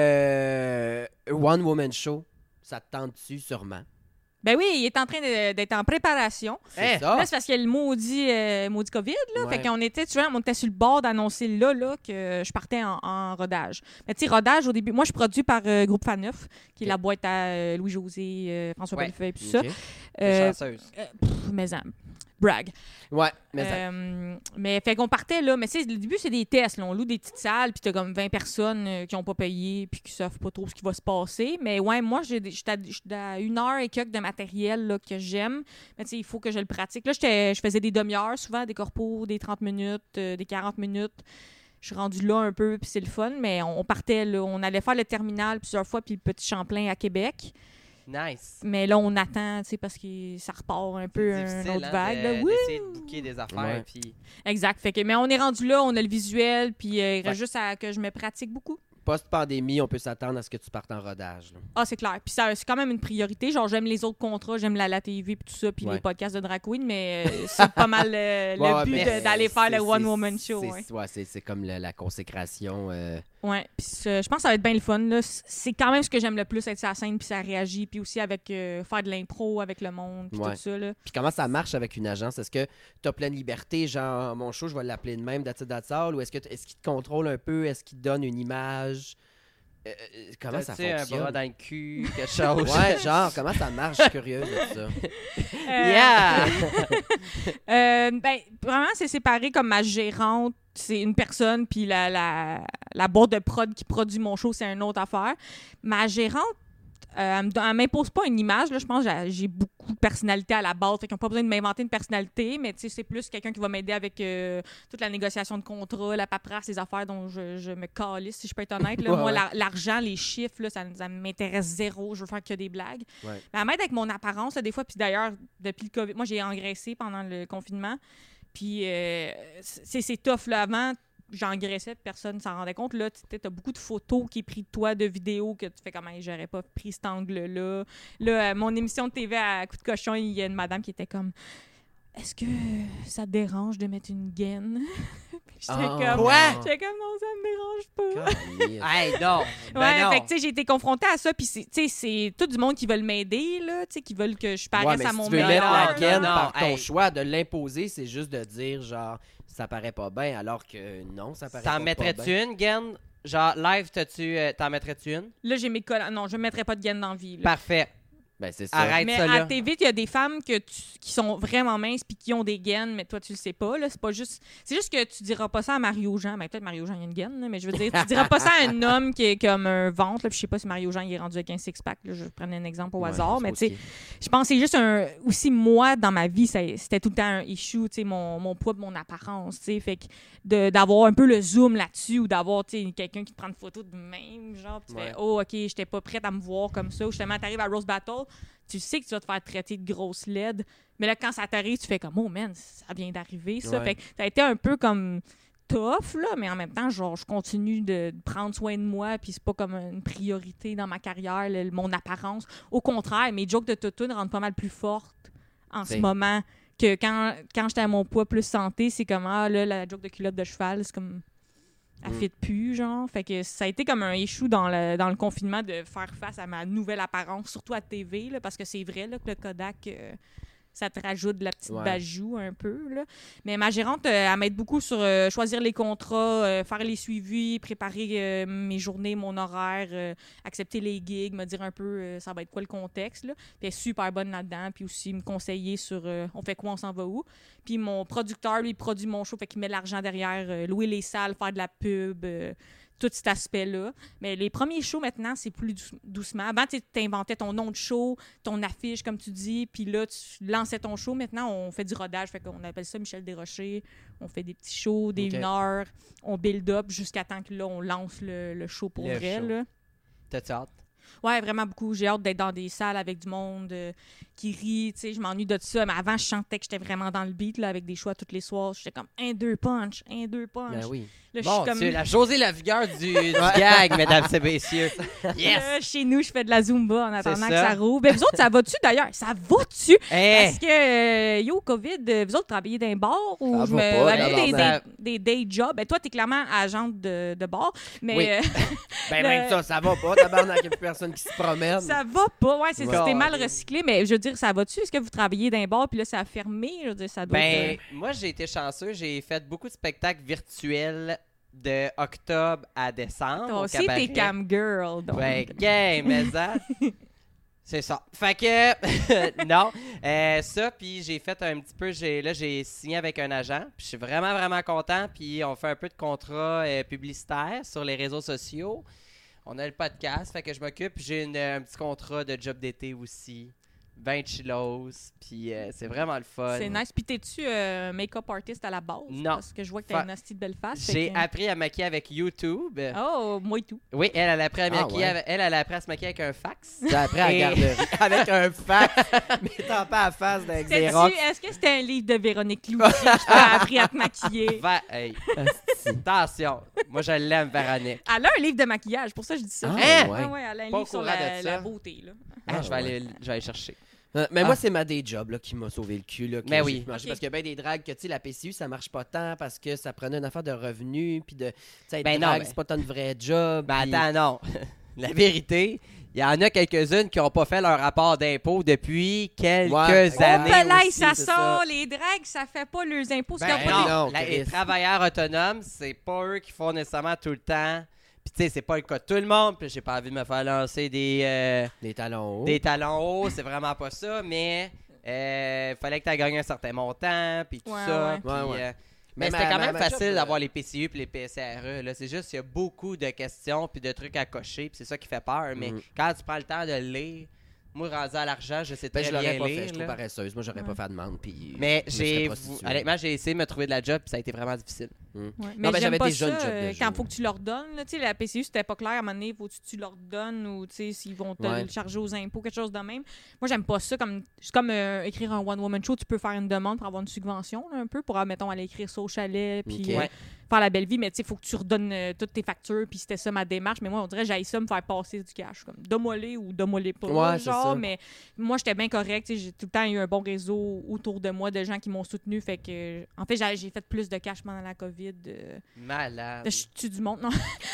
que One Woman Show, ça te tente-tu sûrement? Ben oui, il est en train d'être en préparation. C'est Hein? ça? Là, c'est parce qu'il y a le maudit COVID, là. Ouais. Fait qu'on était, tu vois, on était sur le bord d'annoncer là, que je partais en rodage. Mais tu sais, rodage, au début, moi, je suis produit par Groupe Faneuf, qui est Ok. la boîte à Louis-José, François Ouais. Bellefeuille, puis tout Ok. ça. T'es chanceuse. Mais brag. Ouais, mais ça... Mais fait qu'on partait là, mais tu sais, le début, c'est des tests. Là. On loue des petites salles, puis t'as comme 20 personnes qui n'ont pas payé, puis qui savent pas trop ce qui va se passer. Mais ouais, moi, je suis à 1 heure et quelques de matériel là, que j'aime. Mais tu sais, il faut que je le pratique. Là, je faisais des demi-heures, souvent, des corpos, des 30 minutes, des 40 minutes. Je suis rendue là un peu, puis c'est le fun. Mais on partait là, on allait faire le terminal plusieurs fois, puis le Petit Champlain à Québec. Nice. Mais là, on attend, tu sais, parce que ça repart un peu C'est une difficile, autre hein, vague. là. Oui. d'essayer de booker des affaires. Ouais. Puis... Exact. Fait que, mais on est rendu là, on a le visuel, puis il reste Ouais. juste à que je me pratique beaucoup. Post-pandémie, on peut s'attendre à ce que tu partes en rodage. Là. Ah, c'est clair. Puis ça, c'est quand même une priorité. Genre, j'aime les autres contrats, j'aime la TV puis tout ça, puis Ouais. les podcasts de drag queen, mais c'est pas mal le Ouais, but mais d'aller faire le c'est- One Woman Show. c'est- Ouais. Ouais, c'est comme la consécration Ouais, puis je pense que ça va être bien le fun. Là. C'est quand même ce que j'aime le plus, être sur la scène, puis ça réagit, puis aussi avec faire de l'impro avec le monde, puis Ouais. tout ça. Là. Puis comment ça marche avec une agence? Est-ce que tu as pleine liberté, genre mon show, je vais l'appeler de même, That's It, That's All, ou est-ce qu'il te contrôle un peu? Est-ce qu'il te donne une image? Comment ça T'as-tu un fonctionne? bras dans le cul, quelque chose? Ouais, genre, comment ça marche? Je suis curieuse de ça. Yeah! Ben, vraiment, c'est séparé comme ma gérante, c'est une personne, puis la boîte de prod qui produit mon show, c'est une autre affaire. Ma gérante, elle m'impose pas une image. Là, je pense que j'ai beaucoup de personnalité à la base. Fait qu'ils n'ont pas besoin de m'inventer une personnalité, mais c'est plus quelqu'un qui va m'aider avec toute la négociation de contrat, la paperasse, les affaires dont je me calisse, si je peux être honnête. Là. Ouais, Moi, ouais. l'argent, les chiffres, là, ça m'intéresse zéro. Je veux faire que des blagues. Ouais. Mais elle m'aide avec mon apparence, là, des fois. Puis d'ailleurs, depuis le COVID, moi, j'ai engraissé pendant le confinement. Puis c'est tough. Là. Avant, j'engraissais, personne ne s'en rendait compte. Là, tu as beaucoup de photos qui est pris de toi, de vidéos que tu fais comme, hey, j'aurais pas pris cet angle-là. Là, mon émission de TV à Coup de cochon, il y a une madame qui était comme, est-ce que ça te dérange de mettre une gaine? Puis j'étais comme, Quoi? J'étais comme, non, ça me dérange pas. Hey, non! Ben Ouais, non! fait que, tu sais, j'ai été confrontée à ça, puis c'est tout du monde qui veulent m'aider, là, tu sais, qui veulent que je Ouais, paraisse mais à si mon tu veux meilleur. mettre la non, gaine non, par ton hey. choix, de l'imposer, c'est juste de dire, genre, ça paraît pas bien, alors que non, ça paraît pas T'en bien. mettrais-tu une, Gaine? Genre, live, t'en mettrais-tu une? Là, j'ai mes collants. Non, je ne mettrais pas de gaine dans la vie. Là. Parfait. Ben, c'est ça. Arrête Mais ça, à là. TV, il y a des femmes qui sont vraiment minces puis qui ont des gaines, mais toi, tu le sais pas. Là. C'est juste que tu diras pas ça à Mario Jean. Ben, peut-être Mario Jean, il a une gaine, là, mais je veux dire, tu diras pas ça à un homme qui est comme un ventre. Là, puis je sais pas si Mario Jean il est rendu avec un six-pack. Là, je prenais un exemple au Ouais, hasard. ça Mais tu sais, aussi. je pense que c'est juste aussi moi, dans ma vie, c'était tout le temps un issue, tu sais, mon poids, mon apparence. Tu sais, fait que d'avoir un peu le zoom là-dessus ou d'avoir tu sais, quelqu'un qui te prend une photo de même, genre, puis tu Ouais. fais, oh, OK, j'étais pas prête à me voir comme ça. Ou justement, t'arrives à Rose Battle. Tu sais que tu vas te faire traiter de grosse laide. Mais là, quand ça t'arrive, tu fais comme, oh man, ça vient d'arriver, ça. Ouais. Fait que ça a été un peu comme tough, là, mais en même temps, genre, je continue de prendre soin de moi, puis c'est pas comme une priorité dans ma carrière, mon apparence. Au contraire, mes jokes de toutoune rendent pas mal plus fortes en ce C'est- moment que quand j'étais à mon poids plus santé, c'est comme, ah là, la joke de culotte de cheval, c'est comme... Elle fit plus, genre. Fait que ça a été comme un échou dans le confinement de faire face à ma nouvelle apparence, surtout à TV, là, parce que c'est vrai là, que le Kodak, ça te rajoute de la petite Ouais. bajou un peu. Là. Mais ma gérante, elle m'aide beaucoup sur choisir les contrats, faire les suivis, préparer mes journées, mon horaire, accepter les gigs, me dire un peu ça va être quoi le contexte. Là. Puis elle est super bonne là-dedans. Puis aussi me conseiller sur on fait quoi, on s'en va où. Puis mon producteur, lui, il produit mon show, fait qu'il met de l'argent derrière, louer les salles, faire de la pub, tout cet aspect-là. Mais les premiers shows, maintenant, c'est plus doucement. Avant, tu inventais ton nom de show, ton affiche, comme tu dis, puis là, tu lançais ton show. Maintenant, on fait du rodage, fait qu'on appelle ça Michel Desrochers. On fait des petits shows, des Ok. 1 heure, on build up jusqu'à temps que là, on lance le show pour Le vrai. show. Là. T'as-tu hâte? Ouais, vraiment beaucoup. J'ai hâte d'être dans des salles avec du monde qui rit. Tu sais, je m'ennuie de ça. Mais avant, je chantais que j'étais vraiment dans le beat là, avec des choix tous les soirs. J'étais comme 1-2 punch, 1-2 punch. Ben oui. Là, je Bon, suis comme... c'est la Josée Lavigueur du gag, mesdames et messieurs. Yes! Chez nous, je fais de la Zumba en attendant que ça. ça roule. Ben, vous autres, ça va-tu d'ailleurs? Ça va-tu? Hey! Parce que, yo, COVID, vous autres travaillez dans un bar ou Ça je va me pas, avez tabarnak. des day jobs? Ben, toi, t'es clairement agente de bar, mais Oui. Ben même ça va pas, tabarnak, il y a plus personne qui se promène. ça va pas. Ouais, c'est Ouais. c'était mal recyclé, mais je veux dire, ça va-tu? Est-ce que vous travaillez dans un bar puis là, ça a fermé? Je veux dire, ça doit Ben, être... moi, j'ai été chanceux. J'ai fait beaucoup de spectacles virtuels de octobre à décembre. Toi au aussi, cabaret. t'es cam girl, donc. Ben, game, mais ça. C'est ça. Fait que, non. Ça, puis j'ai fait un petit peu. J'ai signé avec un agent. Puis je suis vraiment, vraiment content. Puis on fait un peu de contrat publicitaire sur les réseaux sociaux. On a le podcast. Fait que je m'occupe. J'ai un petit contrat de job d'été aussi. 20 chillos. Puis c'est vraiment le fun. C'est nice. Puis t'es-tu make-up artist à la base? Non. Parce que je vois que t'as une hostie de belle face. J'ai fait que- appris à maquiller avec YouTube. Oh, moi et tout. Oui, elle a appris à Ah, maquiller. ouais. Elle a appris à se maquiller avec un fax. J'ai appris à la Et- garderie avec un fax, mettant pas à face d'un Xerox. Est-ce que c'était un livre de Véronique Cloutier qui t'a appris à te maquiller? Hey, attention. Moi, je l'aime, Véronique. Elle a un livre de maquillage, pour ça je dis ça. Ah, Hein? ouais. Ah ouais, elle a un Pas livre au sur courant de ça. la beauté. Là. Ah, Ah, je vais aller chercher. Mais moi, c'est ma day job là, qui m'a sauvé le cul. Là, que Mais j'ai oui. pu marcher. Ok. Parce qu'il y a bien des dragues que, tu sais, la PCU, ça marche pas tant parce que ça prenait une affaire de revenus. Puis de. Tu sais, être Ben non, drague, mais- c'est pas tant de vrai job. Ben puis- attends, non. La vérité, il y en a quelques-unes qui n'ont pas fait leur rapport d'impôt depuis quelques Ouais. Oh, années. là, aussi, ça c'est sort, ça. les dragues, ça fait pas leurs impôts. Ben c'est Ben pas non, des- non, les Chris. travailleurs autonomes, c'est pas eux qui font nécessairement tout le temps. Puis tu sais, c'est pas le cas de tout le monde. Puis j'ai pas envie de me faire lancer Des talons hauts. des talons hauts, c'est vraiment pas ça. Mais fallait que tu aies gagné un certain montant, puis tout Ouais, ça. ouais. puis, Ouais, ouais. mais Mais c'était ma- quand même ma facile job, d'avoir les PCU puis les PCRE. Là. C'est juste qu'il y a beaucoup de questions puis de trucs à cocher. Puis c'est ça qui fait peur. Mais Mhm. quand tu prends le temps de le lire, moi, rendu à l'argent, je sais Ben, très je l'aurais bien pas lire. fait, je suis trop là. paresseuse. Moi, j'aurais pas fait la demande. Puis Mais je me serais j'ai, prostituée. honnêtement, j'ai essayé de me trouver de la job puis ça a été vraiment difficile. Ouais. Non, Mais ben, j'aime j'avais pas des jeunes ça, jobs déjà. quand il faut que tu leur donnes. Là, tu sais, la PCU, c'était pas clair. À un moment donné, faut que tu leur donnes ou tu sais, s'ils vont te Ouais. le charger aux impôts, quelque chose de même. Moi, j'aime pas ça. C'est comme écrire un one-woman show. Tu peux faire une demande pour avoir une subvention, là, un peu, pour, mettons, aller écrire ça au chalet, puis Ok. Ouais. faire la belle vie. Mais tu sais, il faut que tu redonnes toutes tes factures, puis c'était ça ma démarche. Mais moi, on dirait que j'aille ça me faire passer du cash. Comme dommoler ou dommoler pas. Ouais, c'est genre, ça. mais moi, j'étais bien correct. Tu sais, j'ai tout le temps eu un bon réseau autour de moi de gens qui m'ont soutenu. Fait que, en fait, j'ai fait plus de cash pendant la COVID. Malade. Je tue du monde, non?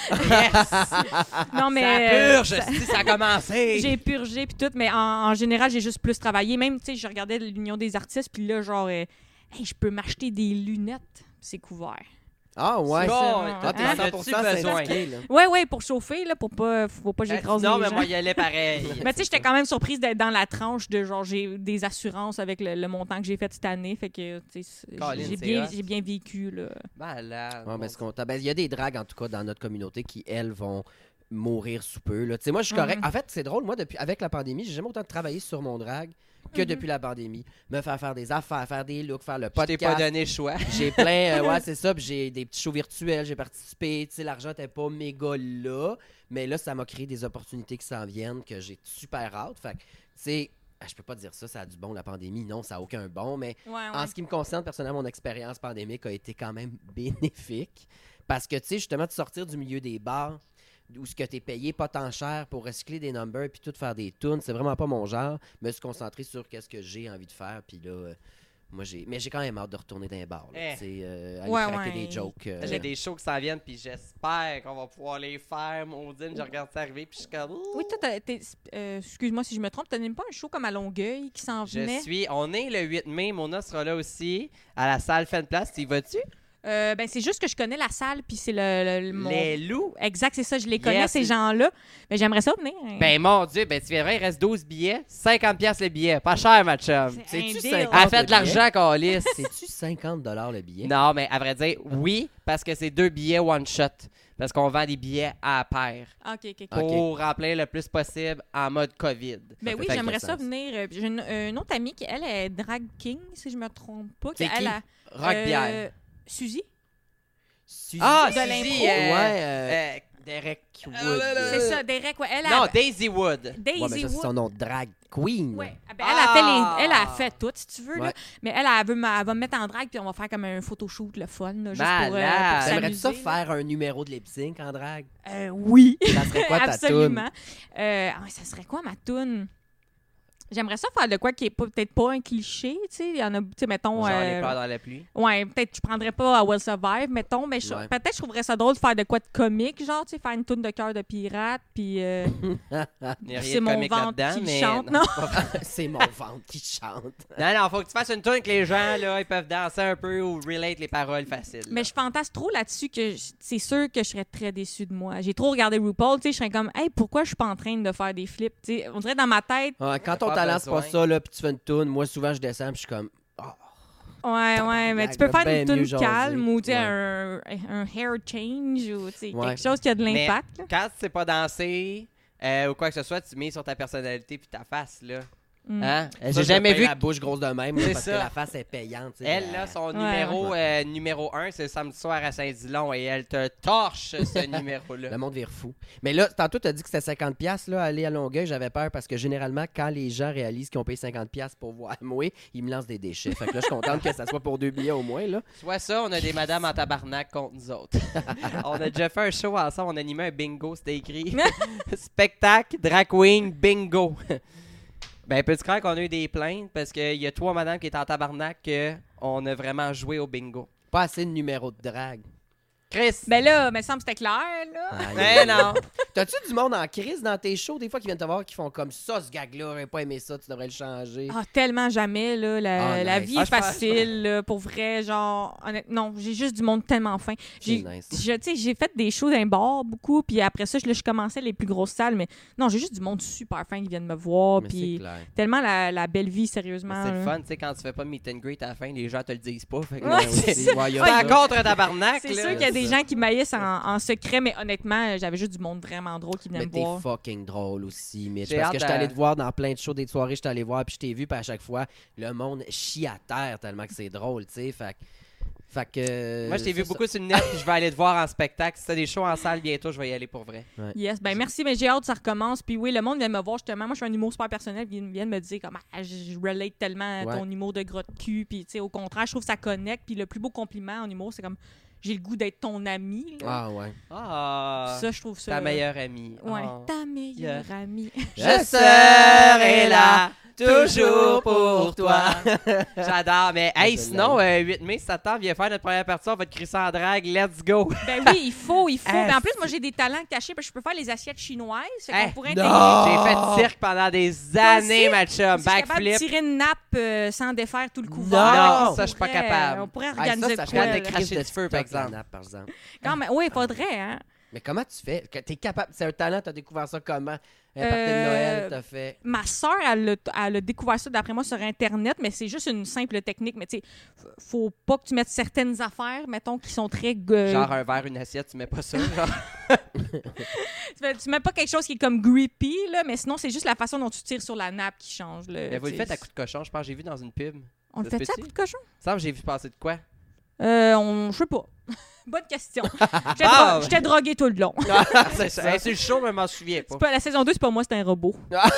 Yes! Non, mais. ça purge, si ça a commencé. J'ai purgé puis tout, mais en général, j'ai juste plus travaillé. Même, tu sais, je regardais l'Union des artistes, puis là, genre, hey, je peux m'acheter des lunettes, c'est couvert. Ah, ouais. Bon, Ah, t'es Hein? 100% besoin? syndiqué, là. Ouais, pour chauffer, là, pour pas, faut pas que j'écrase Non, les mais gens. moi, y allait pareil. Mais tu sais, j'étais quand même surprise d'être dans la tranche de genre, j'ai des assurances avec le montant que j'ai fait cette année. Fait que, tu sais, Colin, j'ai c'est hot. bien vécu, là. Malade. Ouais, mais c'est content. Ben, il y a des dragues, en tout cas, dans notre communauté qui, elles, vont mourir sous peu. Là. Tu sais, moi, je suis correct. Mhm. En fait, c'est drôle. Moi, avec la pandémie, j'ai jamais autant travaillé sur mon drague que Mhm. depuis la pandémie. Me faire des affaires, faire des looks, faire le Je t'ai pas podcast. donné le choix. J'ai plein, ouais, c'est ça. Puis j'ai des petits shows virtuels, j'ai participé. Tu sais, l'argent n'était pas méga là. Mais là, ça m'a créé des opportunités qui s'en viennent que j'ai super hâte. Fait que, tu sais, je peux pas dire ça a du bon, la pandémie. Non, ça a aucun bon. Mais Ouais, en ce qui me concerne, personnellement, mon expérience pandémique a été quand même bénéfique. Parce que, tu sais, justement, de sortir du milieu des bars, où ce que t'es payé pas tant cher pour recycler des numbers puis tout faire des tunes, c'est vraiment pas mon genre. Me suis concentré sur qu'est-ce que j'ai envie de faire. Puis là, mais j'ai quand même hâte de retourner dans les bars. Là, Eh. tu sais, aller Ouais, craquer ouais. des jokes. J'ai des shows qui s'en viennent, puis j'espère qu'on va pouvoir les faire. Maudine, je regarde ça arriver, puis je suis comme. Ouh. Oui, toi, excuse-moi si je me trompe, t'as même pas un show comme à Longueuil qui s'en venait? On est le 8 mai, Mona sera là aussi, à la salle Fan Place. Tu y vas-tu? Ben, c'est juste que je connais la salle, puis c'est mon... Les loups? Exact, c'est ça, je les connais, Yes. ces gens-là. Mais j'aimerais ça venir. Ben, mon Dieu, ben, tu viendras, il reste 12 billets, 50$ le billet. Pas cher, ma chum. C'est un C'est-tu deal. 50? Elle fait le de l'argent, Calis. C'est-tu 50 le billet? Non, mais à vrai dire, oui, parce que c'est 2 billets one shot. Parce qu'on vend des billets à paire OK, OK, OK. pour remplir le plus possible en mode COVID. Ben oui, fait j'aimerais du ça sens. venir. J'ai une autre amie qui, elle, est drag king, si je me trompe pas. C'est Elle qui? a, Rock bière. Suzy. Suzy- Ah, de Suzy, l'impro. Ouais, Derek Wood. C'est ça, Derek, ouais. Elle Non, a, Daisy Wood. Daisy Ouais, mais ça, c'est Wood. son nom de drag queen. Ouais. Ah, ben, elle a fait tout, si tu veux. Là. Ouais. Mais elle va me mettre en drague, puis on va faire comme un photoshoot, le fun, là, juste pour Malade. T'aimerais-tu ça s'amuser. là. faire un numéro de lip sync en drag? Oui. Ça serait quoi ta toune? Absolument. Ça serait quoi ma toune? J'aimerais ça faire de quoi qui est peut-être pas un cliché, tu sais. Il y en a, tu sais, mettons. Genre les pleurs dans la pluie. Ouais, peut-être je prendrais pas I Will Survive, mettons, mais Ouais. peut-être je trouverais ça drôle de faire de quoi de comique, genre, tu sais, faire une toune de cœur de pirate, puis Il y a rien c'est de mon comique ventre là-dedans, qui mais chante, non? C'est mon ventre qui chante. Non, faut que tu fasses une tune que les gens, là, ils peuvent danser un peu ou relate les paroles faciles. Mais je fantasme trop là-dessus que c'est sûr que je serais très déçue de moi. J'ai trop regardé RuPaul, tu sais, je serais comme, hey, pourquoi je suis pas en train de faire des flips, tu sais, on dirait dans ma tête, Ouais, quand ton Pas talent, c'est pas besoin. ça, là, puis tu fais une toune, moi, souvent, je descends, puis je suis comme... ouais, mais tu peux Tabarnak, faire une ben mieux tune jaser. calme ou, tu sais, Ouais. un hair change ou, tu sais, Ouais. quelque chose qui a de Mais l'impact, là. quand tu sais pas danser ou quoi que ce soit, tu mets sur ta personnalité puis ta face, là. Mm. Hein? Ça, J'ai je jamais paye vu la bouche grosse de même, là, C'est parce ça. que la face est payante. tu sais, elle, là, son Ouais, numéro 1, c'est le samedi soir à Saint-Dilon et elle te torche ce numéro-là. Le monde vire fou. Mais là, tantôt, tu as dit que c'était 50$, là, aller à Longueuil. J'avais peur parce que généralement, quand les gens réalisent qu'ils ont payé 50$ pour voir moi, ils me lancent des déchets. Fait que là, je suis contente que ça soit pour 2 billets au moins, là. Soit ça, on a des madames en tabarnak contre nous autres. On a déjà fait un show ensemble, on animait un bingo, c'était écrit. Spectacle, drag queen, bingo. Ben, peux-tu croire qu'on a eu des plaintes parce qu'il y a toi, madame, qui est en tabarnak qu'on a vraiment joué au bingo? Pas assez de numéros de drague. Chris! Ben là, me semble que c'était clair, là. Ben non! T'as-tu du monde en crise dans tes shows, des fois, qui viennent te voir, qui font comme ça, ce gag-là, j'aurais pas aimé ça, tu devrais le changer. Ah, tellement jamais, là. La nice. vie est facile, là, pour vrai. Genre, non, j'ai juste du monde tellement fin. C'est nice. Tu sais, j'ai fait des shows d'un bar beaucoup, puis après ça, je commençais les plus grosses salles, mais non, j'ai juste du monde super fin qui viennent me voir, Mais c'est puis clair. tellement la belle vie, sérieusement. C'est le là. fun, tu sais, quand tu fais pas de meet and greet à la fin, les gens te le disent pas. Fait que Ouais, Ouais, c'est aussi. Ouais, il y a c'est ça. contre un tabarnak, C'est là. sûr qu'il y a des ça. gens qui maïssent en secret, mais honnêtement, j'avais juste du monde vraiment drôle qui venait Mais me t'es voir. fucking drôle aussi, Mitch. J'ai Parce hâte que j'étais allé de- te voir dans plein de shows, des soirées, j'étais allé voir, puis je t'ai vu, puis à chaque fois, le monde chie à terre tellement que c'est drôle, tu sais. Fait que. Moi, je t'ai vu c'est ça. beaucoup sur le net, puis je vais aller te voir en spectacle. Si t'as des shows en salle bientôt, je vais y aller pour vrai. Yes, ben merci, mais j'ai hâte que ça recommence. Puis oui, le monde vient me voir justement. Moi, je fais un humour super personnel. Puis ils viennent me dire comme je relate tellement à ton humour de gros de cul. Puis tu sais, au contraire, je trouve que ça connecte. Puis le plus beau compliment en humour, c'est comme j'ai le goût d'être ton ami. Là. Ah, ouais. Ah! Ça, je trouve ça. Ta meilleure amie. Ouais, Ah. ta meilleure amie. Je serai là, toujours pour toi. J'adore. Mais hey, je sinon, 8 mai, septembre, viens faire notre première partie. On va te crisser en drague. Let's go. Ben oui, il faut. Mais en plus, Asti. moi, j'ai des talents cachés parce que je peux faire les assiettes chinoises. Fait Hey, qu'on pourrait non! intégrer. J'ai fait cirque pendant des années, ma chum. Si je suis capable de Backflip. tirer une nappe sans défaire tout le couvert. Non! on Ça, je suis pas pourrait- capable. On pourrait Ah, organiser ça de serait quoi, de là. cracher du feu, par exemple. Par exemple. Non, mais oui, il faudrait, hein. Mais comment tu fais? T'es capable. C'est un talent, t'as découvert ça comment? Un party de Noël, t'as fait. Ma soeur, elle a découvert ça, d'après moi, sur Internet, mais c'est juste une simple technique. Mais tu sais, faut pas que tu mettes certaines affaires, mettons, qui sont très... Genre un verre, une assiette, tu mets pas ça. Genre. tu mets pas quelque chose qui est comme grippy, là, mais sinon, c'est juste la façon dont tu tires sur la nappe qui change. Là, Mais vous le tu sais. faites à coup de cochon. Je pense que j'ai vu dans une pub. On le ça se fait ça à peut-tu? coup de cochon? Ça me semble que j'ai vu passer de quoi? Je sais pas. Bonne question. Ah, J'étais drogué tout le long. c'est ça. C'est le show, mais je m'en souviens pas. C'est pas, la saison 2, c'est pas moi, c'est un robot.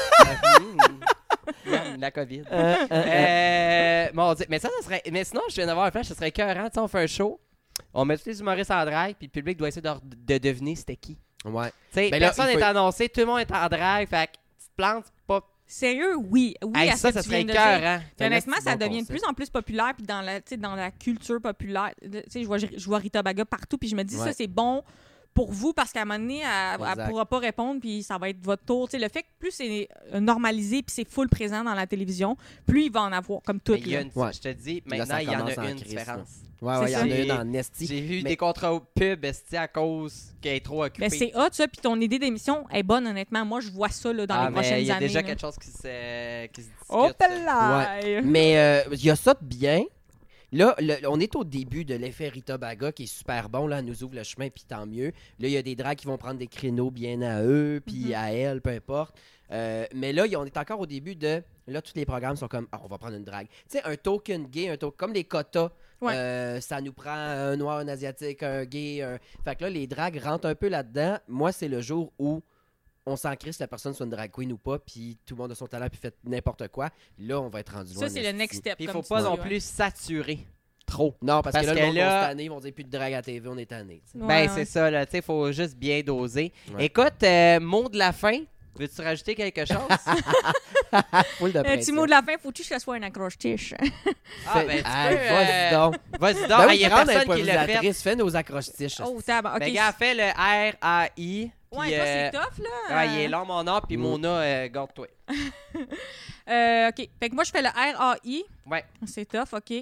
La COVID. Mon Dieu. Mais ça serait. Mais sinon, je viens d'avoir un flash, ça serait écœurant. Tu sais, on fait un show, on met tous les humoristes en drague, puis le public doit essayer de deviner c'était qui. Tu Ouais. sais, Ben là, personne il n'est faut- annoncé, tout le monde est en drague, fait que tu te plantes pas. Sérieux, oui. Oui, Hey, à ce ça, que ça tu serait viens de dire. écœurant. Puis honnêtement, C'est un ça bon devient de concept. plus en plus populaire. Puis dans la culture populaire, tu sais, je vois Rita Baga partout. Puis je me dis, Ouais. ça, c'est bon pour vous parce qu'à un moment donné, elle Exact. pourra pas répondre. Puis ça va être votre tour. Tu sais, le fait que plus c'est normalisé puis c'est full présent dans la télévision, plus il va en avoir, comme tout. Mais il y a là. une, Ouais. je te dis, Là, maintenant, ça il y en commence a en une crise, différence. Ouais, C'est il y en ça. a une en Nesty. J'ai vu Mais- des contrats pub esti, à cause qu'elle est trop occupée. Mais c'est hot, ça. Puis ton idée d'émission est bonne, honnêtement. Moi, je vois ça là, dans les mais prochaines il y a années. déjà là. quelque chose qui se discute. Oh, ça. là! Mais il y a ça de bien. Là, on est au début de l'effet Rita Baga qui est super bon. Là, elle nous ouvre le chemin, puis tant mieux. Là, il y a des drags qui vont prendre des créneaux bien à eux, puis Mhm. à elle, peu importe. Mais là, on est encore au début de... Là, tous les programmes sont comme, on va prendre une drague. Tu sais, un token gay, comme les quotas. Ouais. Ça nous prend un noir, un asiatique, un gay. Fait que là, les drags rentrent un peu là-dedans. Moi, c'est le jour où on s'en crisse la personne soit une drag queen ou pas, puis tout le monde a son talent, puis fait n'importe quoi. Là, on va être rendu loin. Ça, c'est le esti. next step. Puis il comme faut tu pas dis, non ouais. plus saturer trop. Non, parce que là, Parce le monde que là- va se tanner, ils vont dire plus de drague à la TV, on est tanné. tu sais. Ouais, Ben, ouais. c'est ça, là. Tu sais, il faut juste bien doser. Ouais. Écoute, mot de la fin. Veux-tu rajouter quelque chose? Full de Un petit pression. mot de la fin, faut-tu que ce soit un accroche-tiche? Ah, ben, tu Hey, peux, vas-y donc. Vas-y donc. Ben Ah, oui, il y a grande personne qui l'a fait. improvisatrice, fais nos accroche-tiches. Oh, tabac. Ben, OK. gars, fais le R-A-I. Ouais, puis, toi, c'est tough, là. Ah, il est long, mon nom, puis Mm. Mona, garde-toi. OK. Fait que moi, je fais le R-A-I. Ouais. C'est tough, OK.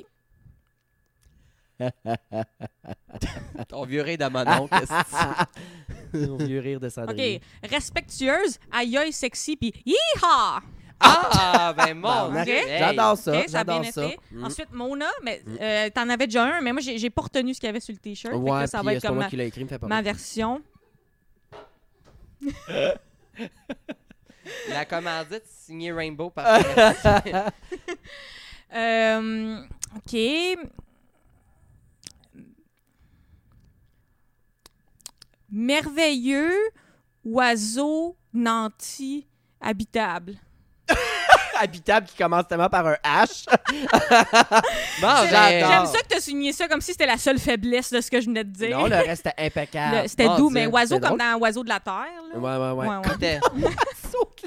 Ton vieux rire de mon oncle. On vieux rire de Sandrine. OK. Respectueuse, aïe aïe sexy, puis yeehaw! Ah, ben, mon Barnac. Dieu. Hey. J'adore ça, OK, ça a bien j'adore ça. été. Mm. Ensuite, Mona, mais t'en avais déjà un, mais moi, j'ai pas retenu ce qu'il y avait sur le T-shirt. Fait que Ouais, là, ça puis va c'est être pas comme moi qui l'a écrit, me fait pas ma rire. version. La commandite signée Rainbow par OK. Merveilleux oiseau nanti habitable. Habitable qui commence tellement par un H. Bon, J'aime ça que tu as souligné ça comme si c'était la seule faiblesse de ce que je venais de dire. Non, le reste était impeccable. C'était Mon doux, Dieu, mais oiseau c'est comme drôle. dans Oiseau de la Terre. Là. Ouais. Écoute,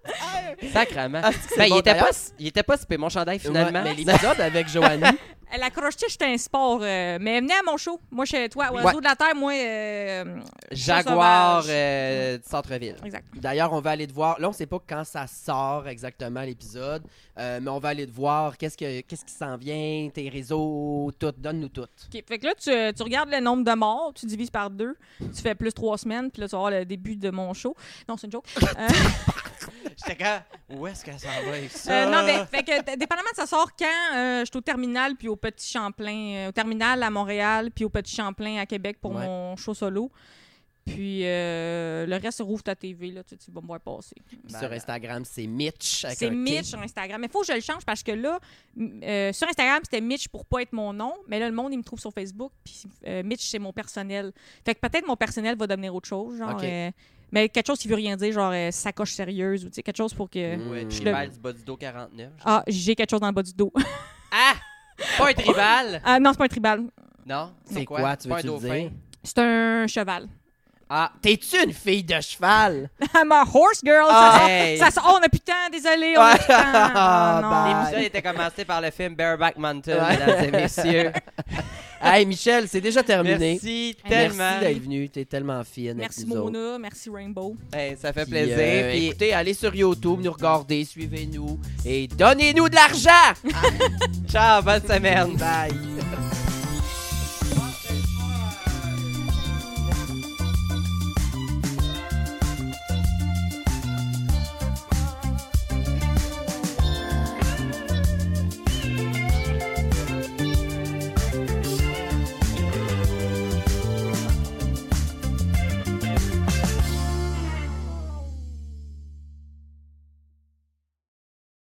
Sacrement. Ah, c'est Ben, bon, d'ailleurs. il était pas super mon chandail finalement. Ouais, mais l'épisode avec Joanie, La croche-tige, c'est un sport. Mais venez à mon show. Moi, chez toi, Oiseau de la Terre, moi. Jaguar sauvage. du centre-ville. Exact. d'ailleurs, on va aller te voir. Là, on sait pas quand ça sort exactement l'épisode, mais on va aller te voir. Qu'est-ce qui s'en vient, tes réseaux, tout. Donne-nous tout. OK. Fait que là, tu regardes le nombre de morts, tu divises par 2, tu fais plus 3 semaines, puis là, tu vas avoir le début de mon show. Non, c'est une joke. J'étais comme, où est-ce que ça va avec ça? Non, mais fait que, dépendamment de ça sort quand, je suis au Terminal puis au Petit Champlain. Au Terminal à Montréal puis au Petit Champlain à Québec pour Ouais. mon show solo. Puis le reste, rouvre ta TV, là, tu vas me voir passer. Sur Instagram, c'est Mitch. avec C'est un K. Mitch sur Instagram. Mais il faut que je le change parce que là, sur Instagram, c'était Mitch pour pas être mon nom. Mais là, le monde, il me trouve sur Facebook. Puis Mitch, c'est mon personnel. Fait que peut-être mon personnel va devenir autre chose. Genre, Ok. mais quelque chose qui veut rien dire, genre sacoche sérieuse ou tu sais, quelque chose pour que. Ouais, Mm. tribal du bas du dos 49. genre. Ah, j'ai quelque chose dans le bas du dos. Ah! Pas un tribal? Ah non, c'est pas un tribal. Non? C'est quoi, tu Pas un veux-tu le dauphin? dire? C'est un cheval. Ah! T'es-tu une fille de cheval? I'm a horse girl. Ah, hey. Oh, on a plus de temps, désolé. On a plus de temps. Ah, non. Bye. L'épisode était commencé par le film Bareback Mountain, mesdames et messieurs. Hey, Michel, c'est déjà terminé. Merci tellement. Merci d'être venu. T'es tellement fine. Merci avec nous autres. Mona, merci Rainbow. Hey, ça fait Puis, plaisir. Puis- écoutez, allez sur YouTube, nous regarder, suivez-nous et donnez-nous de l'argent! Ciao, bonne semaine. Bye!